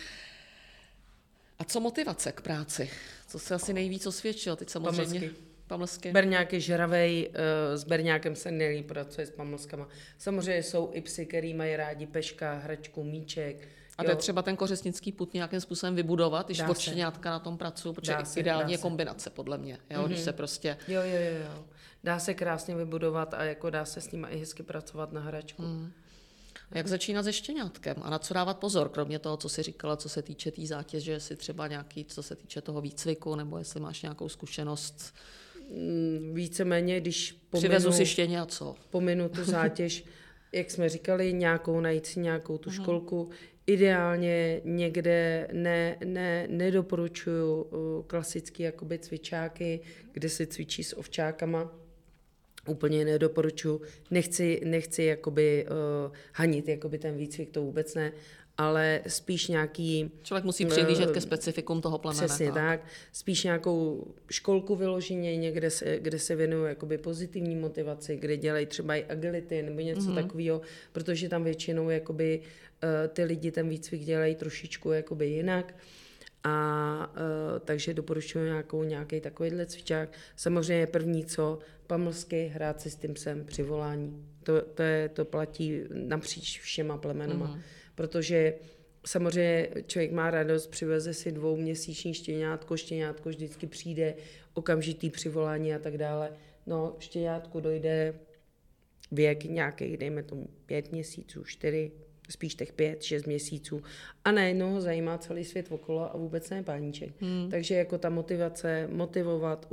A co motivace k práci? Co se asi nejvíc osvědčilo? Teď samozřejmě... Pamlsky. Berňák je žravej, s berňákem se nejlíp pracuje s pamlskama. Samozřejmě jsou i psy, který mají rádi peška, hračku, míček. A to je třeba ten kořestnický pud nějakým způsobem vybudovat, když od štěňátka na tom pracují, protože ideální je kombinace, podle mě, jo? Když se prostě... Jo. Dá se krásně vybudovat a jako dá se s nima i hezky pracovat na hračku. A jak začínat se štěňátkem a na co dávat pozor, kromě toho, co jsi říkala, co se týče té zátěže, jestli třeba nějaký, co se týče toho výcviku, nebo jestli máš nějakou zkušenost víceméně, když přivezu si štěně a co? Pominu tu zátěž, jak jsme říkali, najít si nějakou tu školku. Ideálně někde nedoporučuju klasický jakoby cvičáky, kde se cvičí s ovčákama. Úplně nedoporučuju. Nechci jakoby hanit jakoby ten výcvik, to vůbec ne, ale spíš nějaký... Člověk musí přihlížet ke specifikům toho plemene. Přesně tak. Spíš nějakou školku vyloženě někde, kde se věnují jakoby pozitivní motivaci, kde dělají třeba i agility nebo něco takového, protože tam většinou jakoby, ty lidi ten výcvik dělají trošičku jakoby jinak. A takže doporučuji nějaký takovýhle cvičák. Samozřejmě první pamlsky, hrát si s tím psem při volání. To platí napříč všema plemenama. Protože samozřejmě člověk má radost, přiveze si 2měsíční štěňátko vždycky přijde, okamžitý přivolání a tak dále. No, štěňátku dojde věk nějaký, dejme tomu 5 měsíců, 4, spíš těch 5-6 měsíců. A najednou ho zajímá celý svět okolo a vůbec ne páníček. Takže jako ta motivace, motivovat,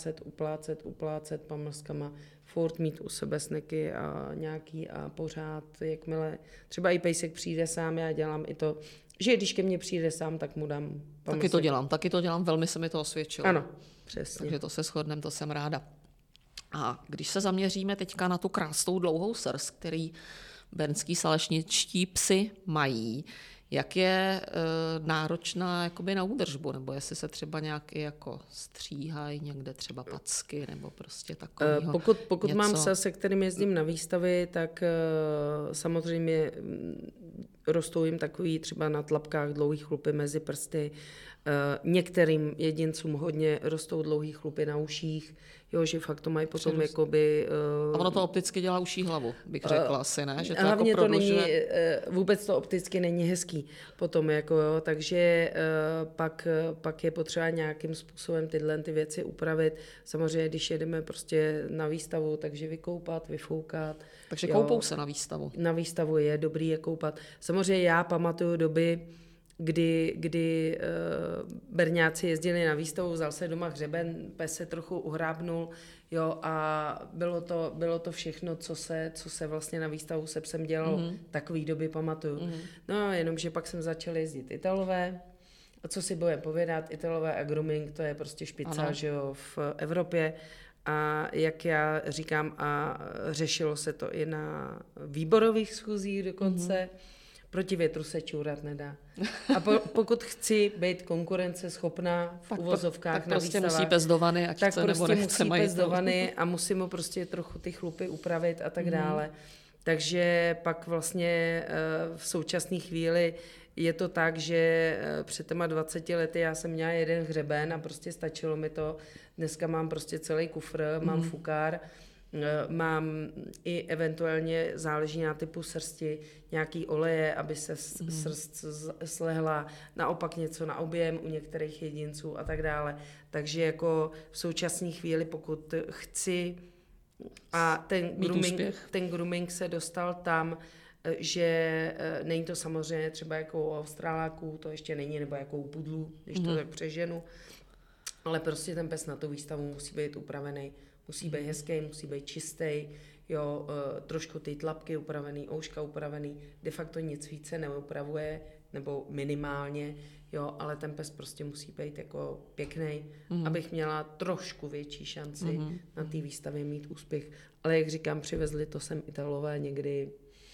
uplácet pamlskama, furt mít u sebe sneky a nějaký a pořád, jakmile třeba i pejsek přijde sám, já dělám i to, že když ke mně přijde sám, tak mu dám pamlsek. Taky to dělám, velmi se mi to osvědčilo. Ano, přesně. Takže to se shodneme, to jsem ráda. A když se zaměříme teďka na tu krásnou dlouhou srst, který bernský salešničtí psy mají, jak je náročná jakoby na údržbu, nebo jestli se třeba nějak i jako stříhají někde třeba packy, nebo prostě takového Pokud něco. mám psa, se kterým jezdím na výstavy, tak samozřejmě rostou jim takový třeba na tlapkách dlouhý chlupy mezi prsty. Některým jedincům hodně rostou dlouhý chlupy na uších, jo, že fakt to mají potom jakoby... A ono to opticky dělá uší hlavu, bych řekla asi, ne? Že to hlavně jako prodlužuje... to není, vůbec to opticky není hezký potom, jako jo, takže pak je potřeba nějakým způsobem ty věci upravit. Samozřejmě, když jedeme prostě na výstavu, takže vykoupat, vyfoukat. Takže koupou se na výstavu. Na výstavu je dobrý je koupat. Samozřejmě já pamatuju doby, kdy berňáci jezdili na výstavu, vzal se doma hřeben, pes se trochu uhrábnul, jo, a bylo to všechno, co se vlastně na výstavu se psem dělalo. Takový doby pamatuju. No, jenomže pak jsem začal jezdit Italové, a co si budeme povědat, Italové a grooming, to je prostě špica, že jo, v Evropě. A jak já říkám, a řešilo se to i na výborových schůzích dokonce, proti větru se čůrat nedá. A pokud chci být konkurenceschopná v uvozovkách na prostě výstavách, musí pes do vany, ať tak chce prostě nebo nechce musí pes do vany a musím mu prostě trochu ty chlupy upravit a tak dále. Takže pak vlastně v současné chvíli je to tak, že před těma 20 lety já jsem měla jeden hřeben a prostě stačilo mi to. Dneska mám prostě celý kufr, mám fukár, mám i eventuálně, záleží na typu srsti, nějaký oleje, aby se srst slehla, naopak něco na objem u některých jedinců a tak dále. Takže jako v současné chvíli, pokud chci, a ten grooming se dostal tam, že není to samozřejmě třeba jako u Australáků, to ještě není, nebo jako u pudlů, když to tak přeženu, ale prostě ten pes na tu výstavu musí být upravený, musí být hezký, musí být čistý, jo, trošku ty tlapky upravený, ouška upravený, de facto nic více neupravuje, nebo minimálně, jo, ale ten pes prostě musí být jako pěkný, abych měla trošku větší šanci na té výstavě mít úspěch. Ale jak říkám, přivezli to sem Italové někdy,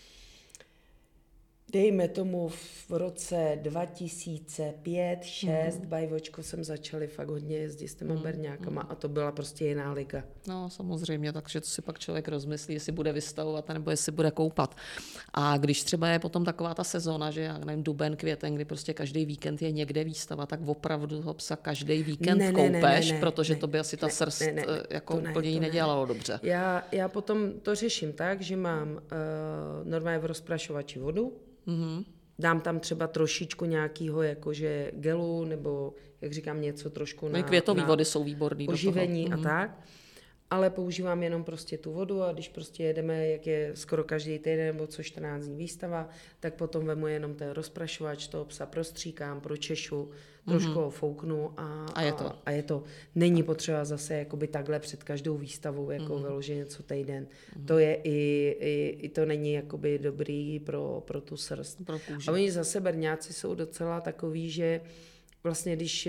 dejme tomu v roce 2005-2006, bajvočko jsem začali fakt hodně jezdit s těma berňákama a to byla prostě jiná liga. No samozřejmě, takže to si pak člověk rozmyslí, jestli bude vystavovat nebo jestli bude koupat. A když třeba je potom taková ta sezóna, že já nevím, duben, květen, kdy prostě každý víkend je někde výstava, tak opravdu ho psa každý víkend koupeš, protože to by asi ta srst jako úplně jí nedělalo dobře. Já potom to řeším tak, že mám normálně v rozprašovači vodu, dám tam třeba trošičku nějakého jakože gelu, nebo jak říkám něco trošku na květový vody jsou výborný oživení a tak. ale používám jenom prostě tu vodu a když prostě jedeme, jak je skoro každý týden nebo co 14 dní výstava, tak potom vemu jenom ten rozprašovač, toho psa prostříkám, pročešu, trošku ho fouknu a je to. Není potřeba zase jakoby takhle před každou výstavou jako vyloženě co týden. To je i to není jakoby dobrý pro tu srst. A oni zase berňáci jsou docela takový, že vlastně když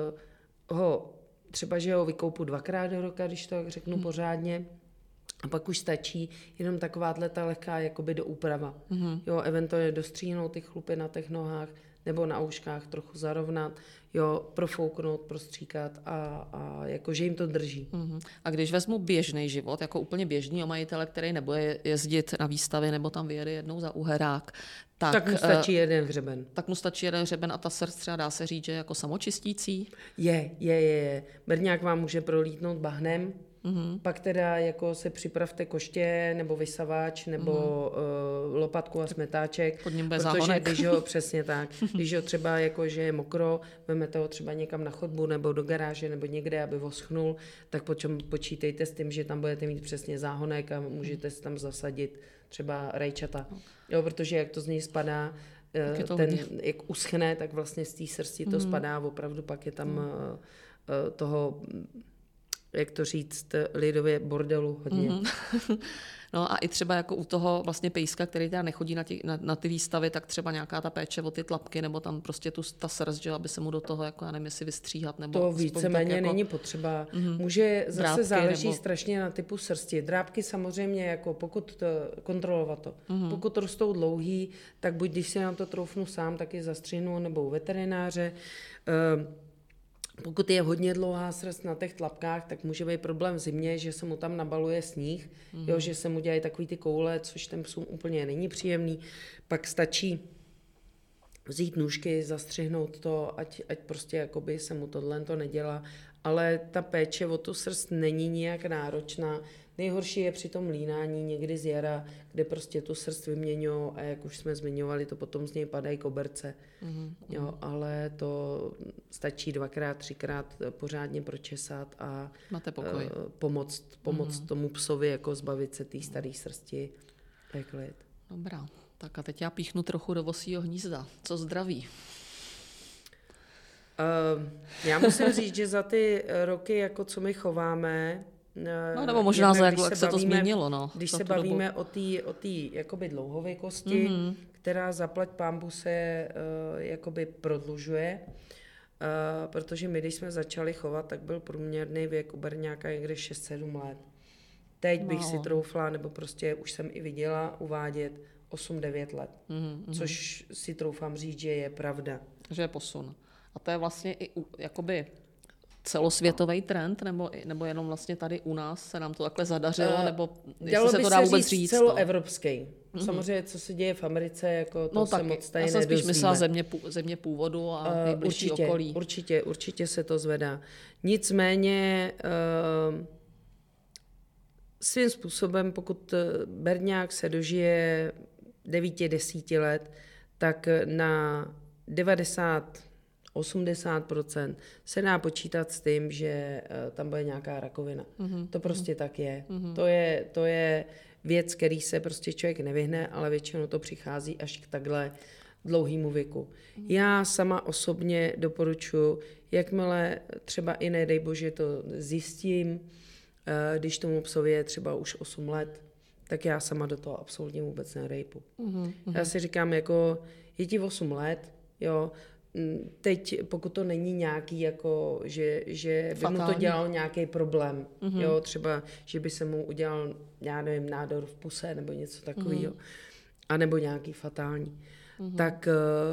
ho třeba, že ho vykoupu 2krát do roka, když to řeknu pořádně, a pak už stačí jenom takováhle ta lehká jakoby doúprava. Jo, eventuálně dostříhnout ty chlupy na těch nohách nebo na uškách trochu zarovnat, jo, profouknout, prostříkat a jakože jim to drží. A když vezmu běžný život, jako úplně běžný majitele, který nebude jezdit na výstavy nebo tam vyjede jednou za uherák, tak mu stačí jeden hřeben. Tak mu stačí jeden hřeben a ta srst třeba dá se říct, že jako samočistící? Je. Berňák vám může prolítnout bahnem, pak teda jako se připravte koště nebo vysavač nebo lopatku a smetáček. Pod ním bude protože záhonek. když ho, přesně tak, když ho třeba jako, že je mokro, vezmete ho třeba někam na chodbu nebo do garáže nebo někde, aby voschnul, tak počítejte s tím, že tam budete mít přesně záhonek a můžete si tam zasadit třeba rajčata. Jo, protože jak to z něj spadá, jak uschne, tak vlastně z té srsti to spadá, opravdu pak je tam toho, jak to říct, lidově bordelu hodně. No a i třeba jako u toho vlastně pejska, který teda nechodí na ty výstavy, tak třeba nějaká ta péče o ty tlapky, nebo tam prostě ta srst, že aby se mu do toho, jako já nevím, jestli vystříhat, nebo to víceméně jako není potřeba. Může zase drápky, záleží strašně na typu srsti. Drápky samozřejmě, jako pokud kontrolovat to. Pokud rostou dlouhý, tak buď když si nám to troufnu sám, tak je zastřihnu nebo u veterináře. Pokud je hodně dlouhá srst na těch tlapkách, tak může být problém v zimě, že se mu tam nabaluje sníh, jo, že se mu dělají takový ty koule, což těm psům úplně není příjemný. Pak stačí vzít nůžky, zastřihnout to, ať prostě jakoby se mu tohle to nedělá. Ale ta péče o tu srst není nijak náročná. Nejhorší je při tom línání někdy z jara, kde prostě tu srst vyměňují a jak už jsme zmiňovali, to potom z něj padají koberce. Jo, ale to stačí 2x, 3x pořádně pročesat a pomoct tomu psovi jako zbavit se té staré srsti. To je klid. Dobrá, tak a teď já píchnu trochu do vosího hnízda. Co zdraví? Já musím říct, že za ty roky, jako co my chováme, no nebo možná jak se to změnilo. No, když se bavíme o té jakoby dlouhověkosti, která zaplať pánbu se jakoby prodlužuje, protože my, když jsme začali chovat, tak byl průměrný věk u berňáka někde 6-7 let. Teď bych si troufla, nebo prostě už jsem i viděla uvádět 8-9 let, což si troufám říct, že je pravda. Že je posun. A to je vlastně i jakoby celosvětový trend, nebo jenom vlastně tady u nás se nám to takhle zadařilo, nebo jestli se to dá vůbec říct? Celoevropský. Samozřejmě, co se děje v Americe, jako to se moc tady nedozvíme. Já jsem spíš myslela země původu a nejbližší okolí. Určitě se to zvedá. Nicméně svým způsobem, pokud berňák se dožije 9-10 let, tak na 80% se dá počítat s tím, že tam bude nějaká rakovina. To prostě tak je. To je věc, který se prostě člověk nevyhne, ale většinou to přichází až k takhle dlouhému věku. Já sama osobně doporučuji, jakmile třeba i nedej bože to zjistím, když tomu psovi je třeba už 8 let, tak já sama do toho absolutně vůbec nerejpu. Já si říkám, jako je ti 8 let, jo, teď, pokud to není nějaký, jako, že by mu to dělal nějaký problém, jo, třeba, že by se mu udělal, já nevím, nádor v puse nebo něco takového, anebo nějaký fatální, tak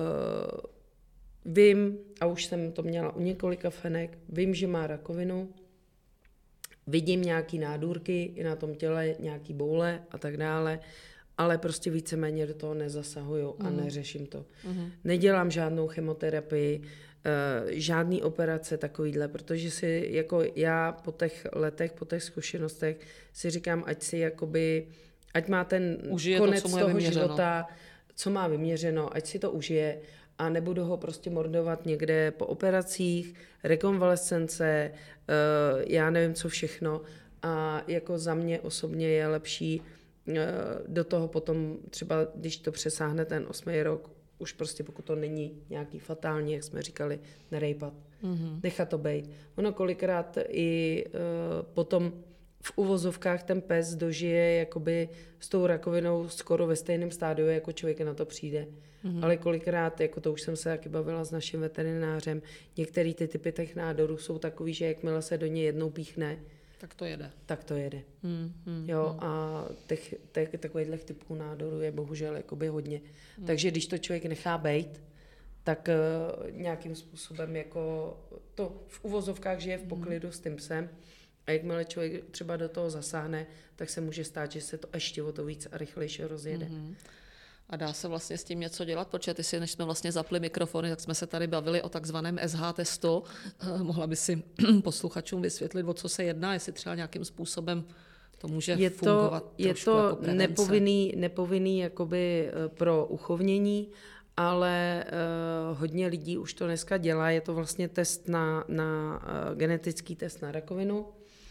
vím, a už jsem to měla u několika fenek, vím, že má rakovinu, vidím nějaký nádůrky i na tom těle, nějaký boule a tak dále, ale prostě víceméně do toho nezasahuju a neřeším to. Nedělám žádnou chemoterapii, žádný operace takovýhle, protože si jako já po těch letech, po těch zkušenostech si říkám, ať má ten konec toho života, co má vyměřeno, ať si to užije a nebudu ho prostě mordovat někde po operacích, rekonvalescence, já nevím co všechno, A jako za mě osobně je lepší do toho potom třeba, když to přesáhne ten 8. rok, už prostě pokud to není nějaký fatální, jak jsme říkali, nerejpat. Nechat to bejt. Ono kolikrát i potom v uvozovkách ten pes dožije jakoby s tou rakovinou skoro ve stejném stádiu, jako člověk na to přijde. Ale kolikrát, jako to už jsem se taky bavila s naším veterinářem, některé ty typy těch nádorů jsou takový, že jakmile se do něj jednou píchne, tak to jede. Jo, a takovýchhle typů nádorů je bohužel jakoby hodně. Takže když to člověk nechá bejt, tak nějakým způsobem jako to v uvozovkách žije v poklidu s tím psem. A jakmile člověk třeba do toho zasáhne, tak se může stát, že se to ještě o to víc a rychlejší rozjede. A dá se vlastně s tím něco dělat? Protože ty si, než jsme vlastně zapli mikrofony, tak jsme se tady bavili o takzvaném SH testu. Mohla by si posluchačům vysvětlit, o co se jedná, jestli třeba nějakým způsobem to může fungovat trošku jako prevence. Nepovinný jakoby pro uchovnění, ale hodně lidí už to dneska dělá. Je to vlastně test na genetický test na rakovinu,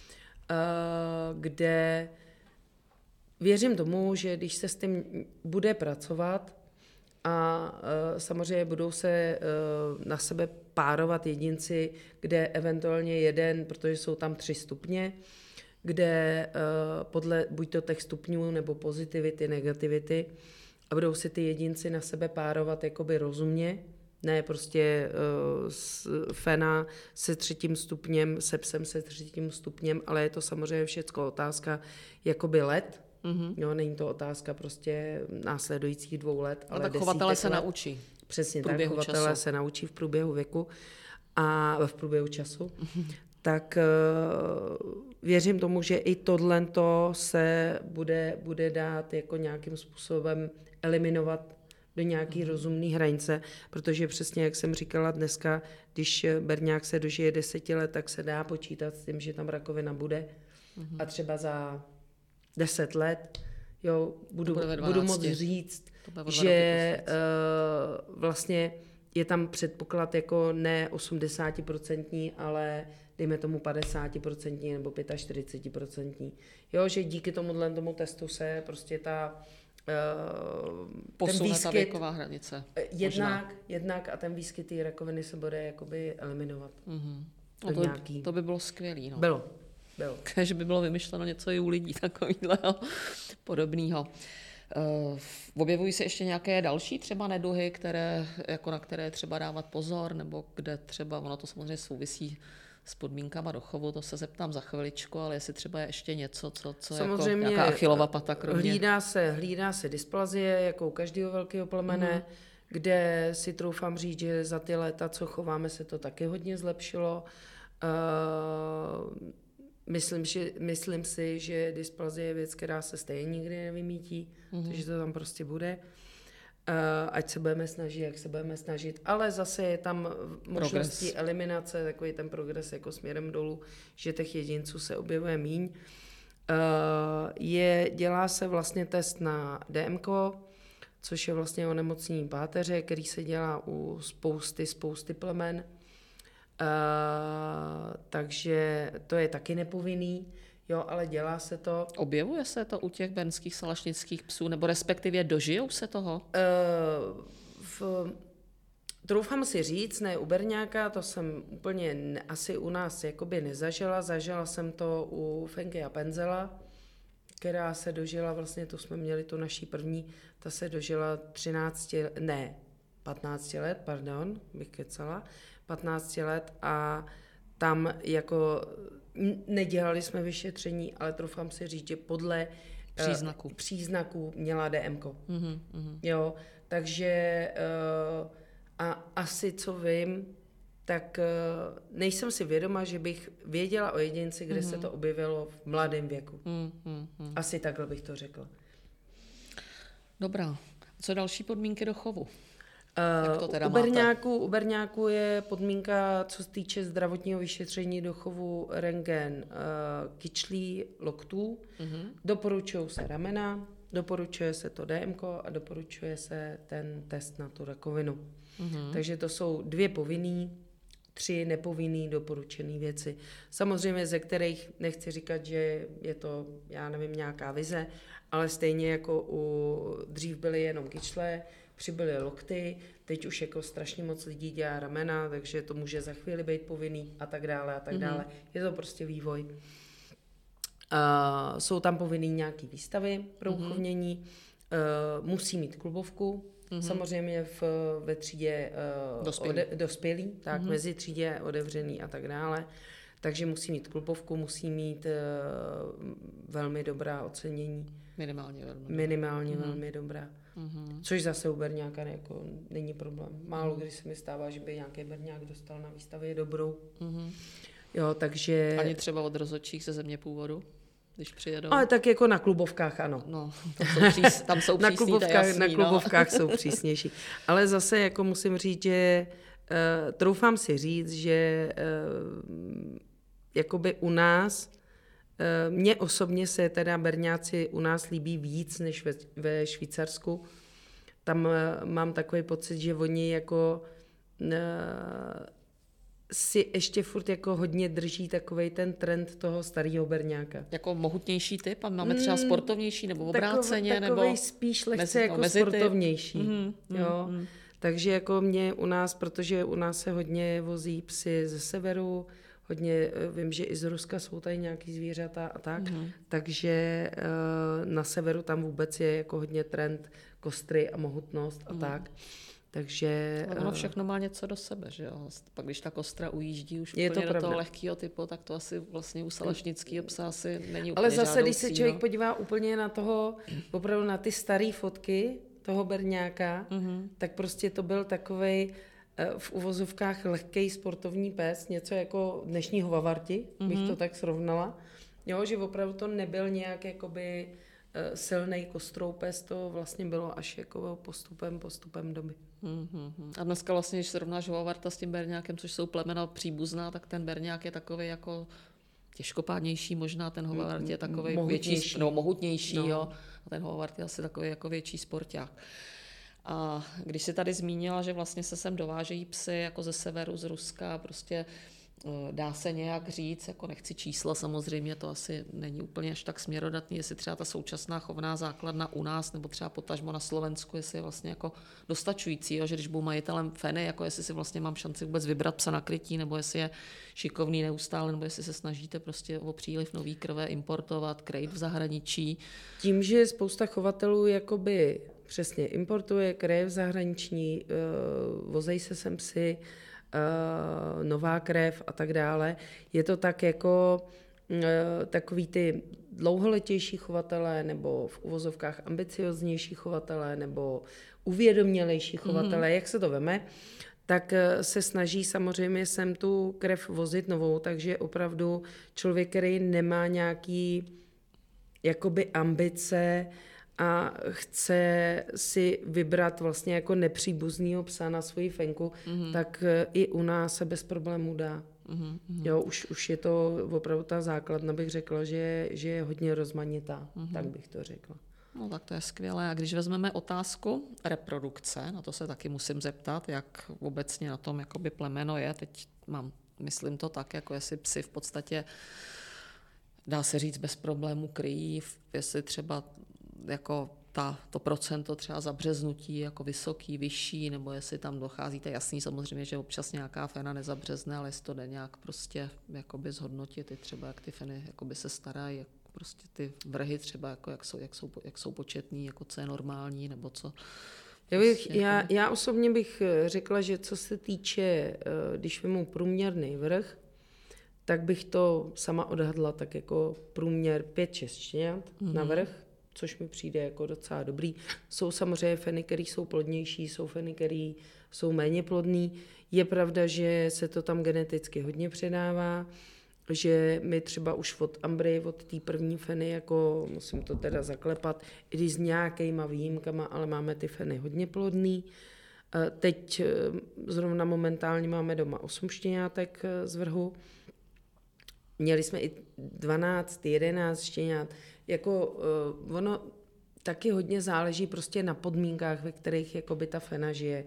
kde věřím tomu, že když se s tím bude pracovat a samozřejmě budou se na sebe párovat jedinci, kde eventuálně jeden, protože jsou tam 3 stupně, kde podle buď to těch stupňů nebo pozitivity, negativity, a budou si ty jedinci na sebe párovat jakoby rozumně, ne prostě fena se 3. stupněm, se psem se 3. stupněm, ale je to samozřejmě všecko otázka jakoby let. Jo, není to otázka prostě následujících 2 let, ale tak chovatele se naučí. Přesně tak, chovatele se naučí v průběhu věku a v průběhu času. Tak věřím tomu, že i tohleto se bude dát jako nějakým způsobem eliminovat do nějaký rozumný hranice, protože přesně jak jsem říkala dneska, když berňák se dožije 10 let, tak se dá počítat s tím, že tam rakovina bude a třeba za 10 let budu moct říct, že vlastně je tam předpoklad jako ne 80%, ale dejme tomu 50% nebo 45%. Jo, že díky tomu testu se prostě posune ta věková hranice. Jednak a ten výskyt té rakoviny se bude jakoby eliminovat. To by bylo skvělý. No. Bylo. Že by bylo vymyšleno něco i u lidí takového podobného. Objevují se ještě nějaké další třeba neduhy, na které třeba dávat pozor, nebo kde třeba, ono to samozřejmě souvisí s podmínkama do chovu, to se zeptám za chviličku, ale jestli třeba je ještě něco, co jako nějaká Achillova pata kromě. Hlídá se dysplazie, jako u každého velkého plemene, kde si troufám říct, že za ty léta, co chováme, se to taky hodně zlepšilo. Myslím si, že dysplazie je věc, která se stejně nikdy nevymítí, takže to tam prostě bude. Ať se budeme snažit, jak se budeme snažit, ale zase je tam možností eliminace, takový ten progres jako směrem dolů, že těch jedinců se objevuje míň. Dělá se vlastně test na DMK, což je vlastně onemocnění páteře, který se dělá u spousty plemen. Takže to je taky nepovinný, jo, ale dělá se to. Objevuje se to u těch bernských salašnických psů, nebo respektive dožijou se toho? Troufám si říct, ne u berňáka, to jsem úplně asi u nás jakoby nezažila. Zažila jsem to u Fenky a Penzela, která se dožila, vlastně to jsme měli tu naší první, ta se dožila 15 let, bych kecala, 15 let a tam jako nedělali jsme vyšetření, ale troufám si říct, že podle příznaků měla DMko. Jo, takže a asi co vím, tak nejsem si vědoma, že bych věděla o jedinci, kde se to objevilo v mladém věku. Asi takhle bych to řekla. Dobrá. Co další podmínky do chovu? U berňáku je podmínka, co se týče zdravotního vyšetření do chovu, rentgen kyčlí, loktů. Doporučují se ramena, doporučuje se to DMK a doporučuje se ten test na tu rakovinu. Takže to jsou 2 povinný. 3 nepovinný doporučené věci. Samozřejmě ze kterých nechci říkat, že je to, já nevím, nějaká vize, ale stejně jako dřív byly jenom kyčle, přibyly lokty, teď už jako strašně moc lidí dělá ramena, takže to může za chvíli být povinný a tak dále a tak dále. Je to prostě vývoj. Jsou tam povinný nějaký výstavy pro uchovnění, musí mít klubovku, samozřejmě ve třídě dospělý, tak mezi třídě dobrý a tak dále. Takže musí mít klubovku, musí mít velmi dobrá ocenění. Minimálně velmi dobrá. Což zase u berňáka jako není problém. Málo kdy se mi stává, že by nějaký berňák dostal na výstavě dobrou. Jo, takže... Ani třeba od rozhodčích ze země původu, když přijedou? Ale tak jako na klubovkách, ano. No, tam jsou přísní, na klubovkách jsou přísnější. Ale zase jako musím říct, že troufám si říct, že jakoby u nás, mně osobně se teda berňáci u nás líbí víc než ve Švýcarsku. Tam mám takový pocit, že oni jako si ještě furt jako hodně drží takovej ten trend toho starého berňáka. Jako mohutnější typ? A máme třeba sportovnější nebo obráceně? Takovej spíš lehce jako sportovnější. Jo. Takže jako mě u nás, protože u nás se hodně vozí psy ze severu, hodně, vím, že i z Ruska jsou tady nějaký zvířata a tak, takže na severu tam vůbec je jako hodně trend kostry a mohutnost a tak. Takže... Ono všechno má něco do sebe, že jo? Pak když ta kostra ujíždí už úplně do toho lehkého typu, tak to asi vlastně u salašnického psa asi není úplně ale zase, žádoucí, když se člověk podívá úplně na toho, opravdu na ty staré fotky toho berňáka, tak prostě to byl takovej v uvozovkách lehkej sportovní pes, něco jako dnešní hovavarti, bych to tak srovnala. Jo, že opravdu to nebyl nějak jakoby silnej kostrou pes, to vlastně bylo až jako postupem doby. A dneska vlastně, když srovnáš hovavarta s tím berňákem, což jsou plemena příbuzná, tak ten berňák je takový jako těžkopádnější, možná ten hovavart je takový větší, mohutnější, jo. A ten hovavart je asi takový jako větší sporták. A když jsi tady zmínila, že vlastně se sem dovážejí psy jako ze severu, z Ruska, prostě dá se nějak říct, jako nechci čísla, samozřejmě to asi není úplně až tak směrodatný, jestli třeba ta současná chovná základna u nás nebo třeba potažmo na Slovensku, jestli je vlastně jako dostačující, jo? Že když budu majitelem feny, jako jestli si vlastně mám šanci vůbec vybrat psa na krytí, nebo jestli je šikovný neustále, nebo jestli se snažíte prostě o příliv nový krve importovat, krejt v zahraničí. Tím, že spousta chovatelů jakoby přesně importuje krev zahraniční, vozej se sem psy, nová krev a tak dále. Je to tak jako takový ty dlouholetější chovatelé nebo v uvozovkách ambicioznější chovatelé nebo uvědomělejší chovatelé, jak se to veme, tak se snaží samozřejmě sem tu krev vozit novou, takže opravdu člověk, který nemá nějaký jakoby ambice a chce si vybrat vlastně jako nepříbuznýho psa na svoji fenku, tak i u nás se bez problémů dá. Jo, už je to opravdu ta základna, bych řekla, že je hodně rozmanitá, tak bych to řekla. No tak to je skvělé. A když vezmeme otázku reprodukce, na to se taky musím zeptat, jak obecně na tom jakoby plemeno je. Teď myslím to tak, jako jestli psy v podstatě, dá se říct, bez problémů kryjí, jestli třeba jako to procento třeba zabřeznutí jako vysoký, vyšší, nebo jestli tam dochází, to je jasný samozřejmě, že občas nějaká fena nezabřezne, ale jestli to jde nějak prostě jakoby zhodnotit, i třeba jak ty feny jakoby se starají, jak prostě ty vrhy třeba jako jak jsou početný, jako co je normální, nebo co. Já osobně bych řekla, že co se týče, když vezmu průměrný vrch, tak bych to sama odhadla tak jako průměr 5-6 štěňat na vrch, což mi přijde jako docela dobrý. Jsou samozřejmě feny, které jsou plodnější, jsou feny, které jsou méně plodný. Je pravda, že se to tam geneticky hodně předává, že my třeba už od Ambry, od té první feny, jako musím to teda zaklepat, i když s nějakýma výjimkama, ale máme ty feny hodně plodný. Teď zrovna momentálně máme doma 8 štěňátek z vrhu. Měli jsme i 12, 11 štěňat. Jako ono, taky hodně záleží prostě na podmínkách, ve kterých jakoby ta fena žije.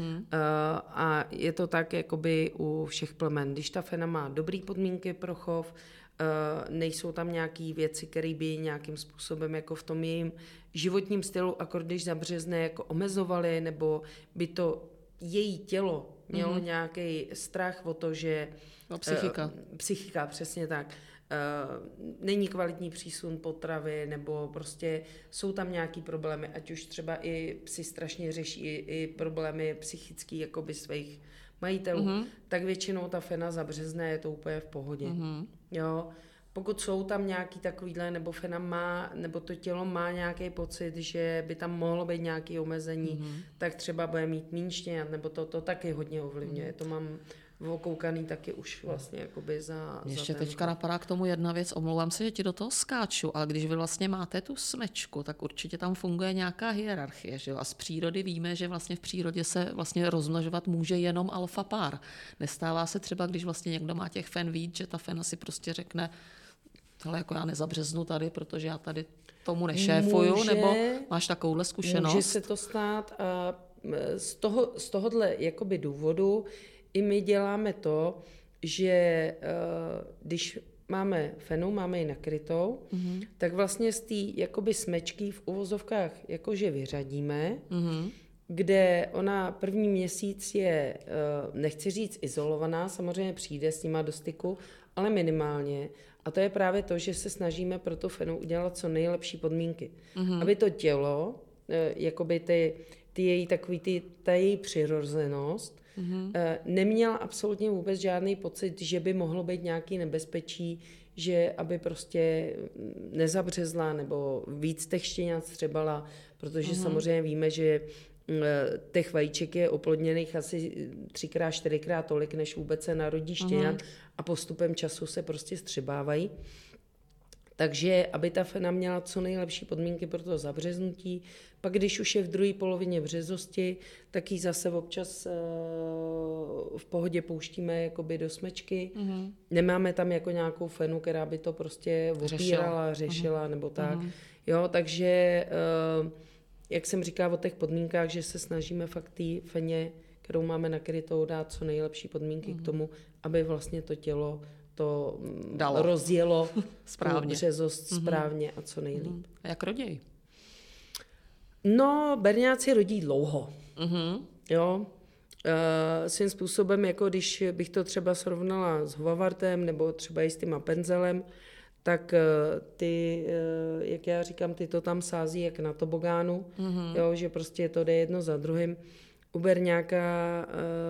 A je to tak jakoby u všech plemen. Když ta fena má dobrý podmínky pro chov, nejsou tam nějaké věci, které by nějakým způsobem jako v tom jejím životním stylu, akor když zabřezne, jako omezovaly, nebo by to její tělo mělo nějaký strach o to, že... Psychika, přesně tak. Není kvalitní přísun potravy, nebo prostě jsou tam nějaký problémy, ať už třeba i psi strašně řeší i problémy psychický jakoby svých majitelů, tak většinou ta fena zabřezne, je to úplně v pohodě. Jo? Pokud jsou tam nějaký takovýhle, nebo fena má, nebo to tělo má nějaký pocit, že by tam mohlo být nějaké omezení, tak třeba bude mít méně štěňat, nebo to taky hodně ovlivňuje. To mám okoukaný taky už vlastně jakoby za Ještě teďka napadá k tomu jedna věc, omlouvám se, že ti do toho skáču, ale když vy vlastně máte tu smečku, tak určitě tam funguje nějaká hierarchie, že jo? A z přírody víme, že vlastně v přírodě se vlastně rozmnožovat může jenom alfa pár. Nestává se třeba, když vlastně někdo má těch fen víc, že ta fena si prostě řekne, hele, jako já nezabřeznu tady, protože já tady tomu nešéfuju, nebo máš takovouhle zkušenost? Může se to stát a z tohohle jakoby důvodu i my děláme to, že když máme fenu, máme ji nakrytou, tak vlastně z té jakoby smečky v uvozovkách jakože vyřadíme, kde ona první měsíc je, nechci říct izolovaná, samozřejmě přijde s nima do styku, ale minimálně. A to je právě to, že se snažíme pro tu fenu udělat co nejlepší podmínky. Aby to tělo, jakoby ta její přirozenost, neměla absolutně vůbec žádný pocit, že by mohlo být nějaký nebezpečí, že aby prostě nezabřezla nebo víc těch štěňat střebala, protože samozřejmě víme, že těch vajíček je oplodněných asi 3x, 4x tolik, než vůbec se narodí štěňat a postupem času se prostě střebávají. Takže aby ta fena měla co nejlepší podmínky pro to zabřeznutí, pak když už je v druhé polovině březosti, tak ji zase občas v pohodě pouštíme jakoby do smečky. Nemáme tam jako nějakou fenu, která by to prostě opírala, řešila nebo tak. Jo, takže jak jsem říkala o těch podmínkách, že se snažíme fakt té feně, kterou máme nakrytou, dát co nejlepší podmínky k tomu, aby vlastně to tělo to rozjelo správně. Březost správně a co nejlíp. A jak roděj? No, berňáci rodí dlouho. Jo. Svým způsobem, jako když bych to třeba srovnala s hovavartem nebo třeba i s tím apenzelem, tak ty, jak já říkám, ty to tam sází jak na tobogánu, jo, že prostě to jde jedno za druhým. U berňáka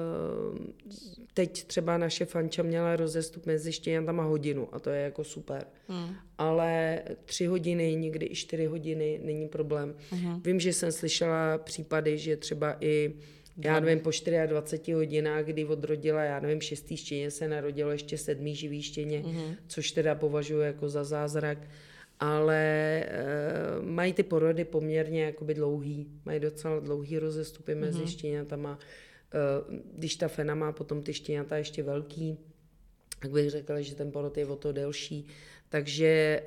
teď třeba naše Fanča měla rozestup mezi štěňatama hodinu a to je jako super. Ale 3 hodiny, někdy i 4 hodiny není problém. Vím, že jsem slyšela případy, že třeba i já nevím, po 24 hodinách, kdy odrodila, já nevím, 6. štěně se narodilo ještě 7. živý štěně, což teda považuji jako za zázrak. Ale mají ty porody poměrně jakoby dlouhý, mají docela dlouhý rozestupy mezi štěňatama. Když ta fena má potom ty štěňata ještě velký, tak bych řekla, že ten porod je o to delší. Takže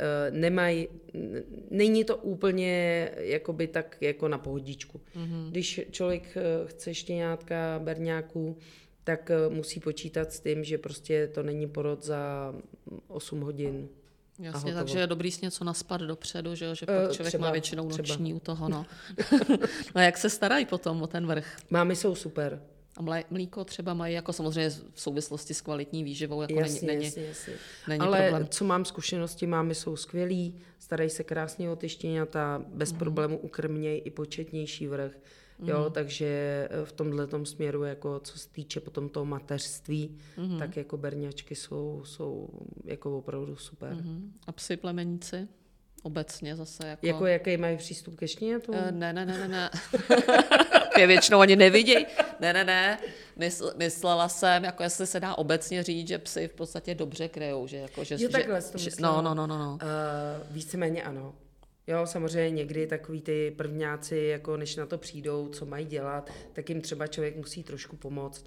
není to úplně jakoby tak jako na pohodičku. Když člověk chce štěňátka berňáků, tak musí počítat s tím, že prostě to není porod za 8 hodin. Jasně, takže je dobrý si něco naspat dopředu, že pak člověk má většinou noční u toho. No. No jak se starají potom o ten vrch? Mámy jsou super. A mlíko třeba mají jako samozřejmě v souvislosti s kvalitní výživou, jako není ale problém. Co mám zkušenosti, mámy jsou skvělý, starají se krásně o ty štěňata, bez problému ukrmějí i početnější vrch. Jo, takže v tomhletom směru, jako co se týče potom toho mateřství, tak jako berňačky jsou jako opravdu super. A psi plemeníci? Obecně zase jako jaký mají přístup ke štěňatům? Ne. Je většinou ani nevidějí. Ne. Myslela jsem, jako jestli se dá obecně říct, že psi v podstatě dobře kryjou. Že takhle jsi to myslela. No. Víceméně ano. Jo, samozřejmě někdy takový ty prvňáci, jako než na to přijdou, co mají dělat, tak jim třeba člověk musí trošku pomoct.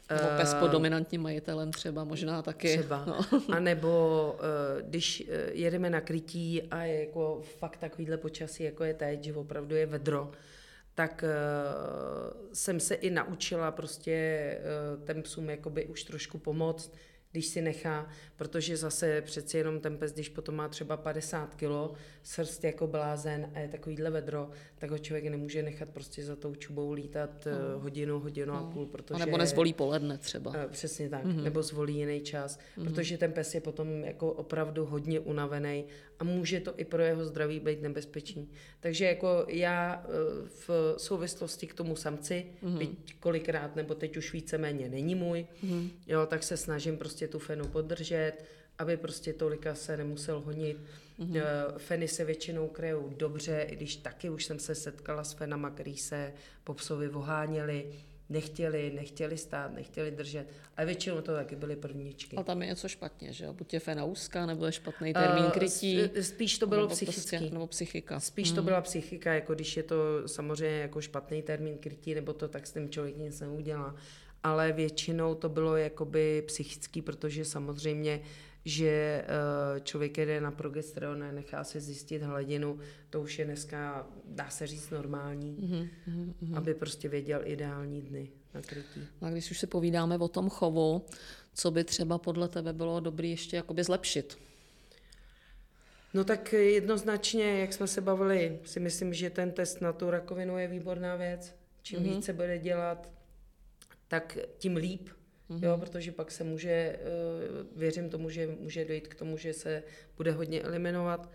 Nebo pes pod dominantním majitelem třeba možná taky. Třeba. No. A nebo když jedeme na krytí a je jako fakt takovýhle počasí, jako je teď, že opravdu je vedro, tak jsem se i naučila prostě ten psům jakoby už trošku pomoct, když si nechá, protože zase přeci jenom ten pes, když potom má třeba 50 kilo, srst jako blázen a je takovýhle vedro, tak ho člověk nemůže nechat prostě za tou čubou lítat hodinu a půl, protože... A nebo nezvolí poledne třeba. Přesně tak, nebo zvolí jiný čas, protože ten pes je potom jako opravdu hodně unavený a může to i pro jeho zdraví být nebezpečný. Takže jako já v souvislosti k tomu samci, byť kolikrát, nebo teď už víceméně není můj, jo, tak se snažím prostě tu fenu podržet, aby prostě tolika se nemusel honit. Feny se většinou kryjou dobře, i když taky už jsem se setkala s fenama, který se po psovi oháněli, nechtěli stát, nechtěli držet, ale většinou to taky byly prvníčky. Ale tam je něco špatně, že jo? Buď je fena úzká, nebo je špatný termín krytí. Spíš to bylo psychický. Prostě, nebo psychika. Spíš to byla psychika, jako když je to samozřejmě jako špatný termín krytí, nebo to, tak s tím člověk nic neudělá. Ale většinou to bylo jakoby psychický, protože samozřejmě, že člověk jede na progesteron a nechá se zjistit hladinu, to už je dneska, dá se říct, normální, aby prostě věděl ideální dny na krytí. A když už si povídáme o tom chovu, co by třeba podle tebe bylo dobré ještě jakoby zlepšit? No tak jednoznačně, jak jsme se bavili, si myslím, že ten test na tu rakovinu je výborná věc. Čím víc se bude dělat, tak tím líp, jo, protože pak se může, věřím tomu, že může dojít k tomu, že se bude hodně eliminovat.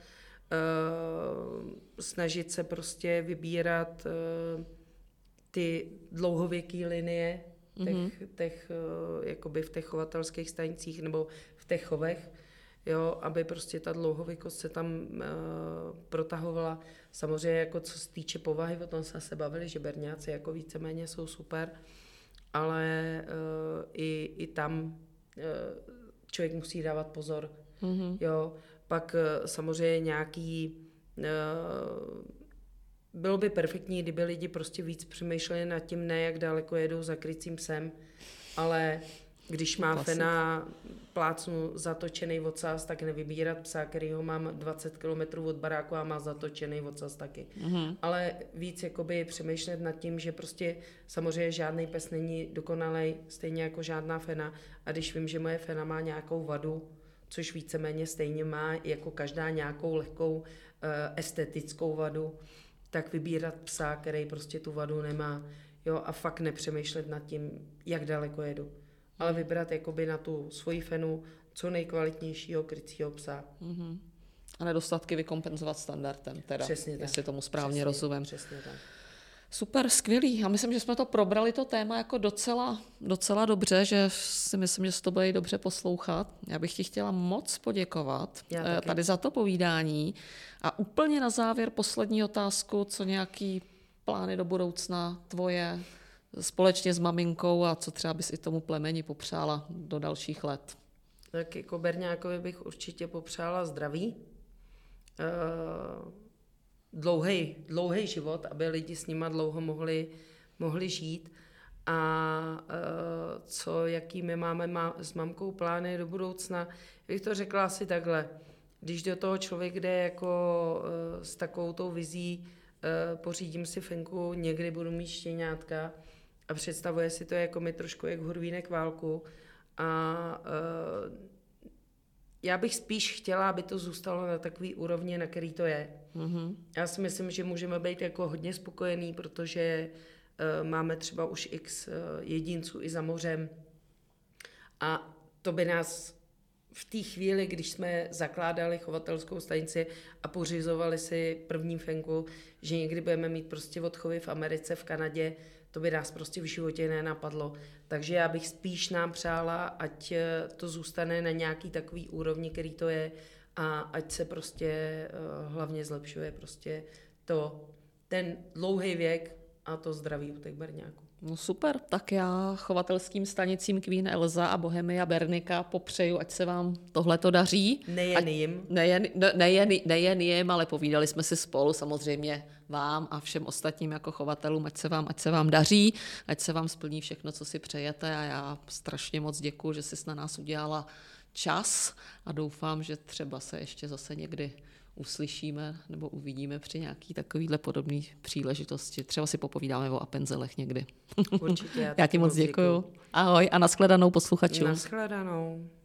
Snažit se prostě vybírat ty dlouhověké linie jakoby v těch chovatelských stanicích nebo v těch chovech, jo, aby prostě ta dlouhověkost se tam protahovala. Samozřejmě jako co se týče povahy, o tom jsme se bavili, že berňáci jako víceméně jsou super, ale i tam člověk musí dávat pozor. Jo. Pak samozřejmě nějaký... Bylo by perfektní, kdyby lidi prostě víc přemýšleli nad tím, ne jak daleko jedou za krycím psem, ale když má fena plácnu zatočený ocas, tak nevybírat psa, kterýho mám 20 km od baráku a má zatočený ocas taky. Ale víc jakoby přemýšlet nad tím, že prostě samozřejmě žádný pes není dokonalej, stejně jako žádná fena. A když vím, že moje fena má nějakou vadu, což víceméně stejně má jako každá nějakou lehkou estetickou vadu, tak vybírat psa, který prostě tu vadu nemá. Jo, a fakt nepřemýšlet nad tím, jak daleko jedu. Ale vybrat jakoby na tu svoji fenu co nejkvalitnějšího krycího psa. A nedostatky vykompenzovat standardem, teda, Přesně tak. jestli tomu správně rozumím. Přesně tak. Super, skvělý. Já myslím, že jsme to probrali, to téma jako docela dobře, že si myslím, že se to bude dobře poslouchat. Já bych ti chtěla moc poděkovat tady za to povídání. A úplně na závěr poslední otázku, co nějaký plány do budoucna tvoje společně s maminkou a co třeba bys i tomu plemeni popřála do dalších let? Tak jako berňákovi bych určitě popřála zdraví, dlouhý život, aby lidi s nima dlouho mohli žít. A jaký my máme s mamkou plány do budoucna, bych to řekla asi takhle. Když do toho člověk jde jako s takovou tou vizí, pořídím si fenku, někdy budu mít štěňátka a představuje si to jako mi trošku jak hurvínek válku. A já bych spíš chtěla, aby to zůstalo na takový úrovni, na který to je. Já si myslím, že můžeme být jako hodně spokojení, protože máme třeba už x jedinců i za mořem. A to by nás v té chvíli, když jsme zakládali chovatelskou stanici a pořizovali si první fenku, že někdy budeme mít prostě odchovy v Americe, v Kanadě, to by nás prostě v životě nenapadlo. Takže já bych spíš nám přála, ať to zůstane na nějaký takový úrovni, který to je, a ať se prostě hlavně zlepšuje prostě ten dlouhý věk a to zdraví u těch berňáků. No super, tak já chovatelským stanicím Queen Elza a Bohemia Bernika popřeju, ať se vám tohleto daří. Nejen jim, ale povídali jsme si spolu, samozřejmě vám a všem ostatním jako chovatelům, ať se vám daří, ať se vám splní všechno, co si přejete a já strašně moc děkuju, že jsi na nás udělala čas a doufám, že třeba se ještě zase někdy uslyšíme nebo uvidíme při nějaký takovýhle podobný příležitosti. Třeba si popovídáme o Appenzelech někdy. Určitě. Já ti moc děkuju. Ahoj a nashledanou posluchačům. Nashledanou.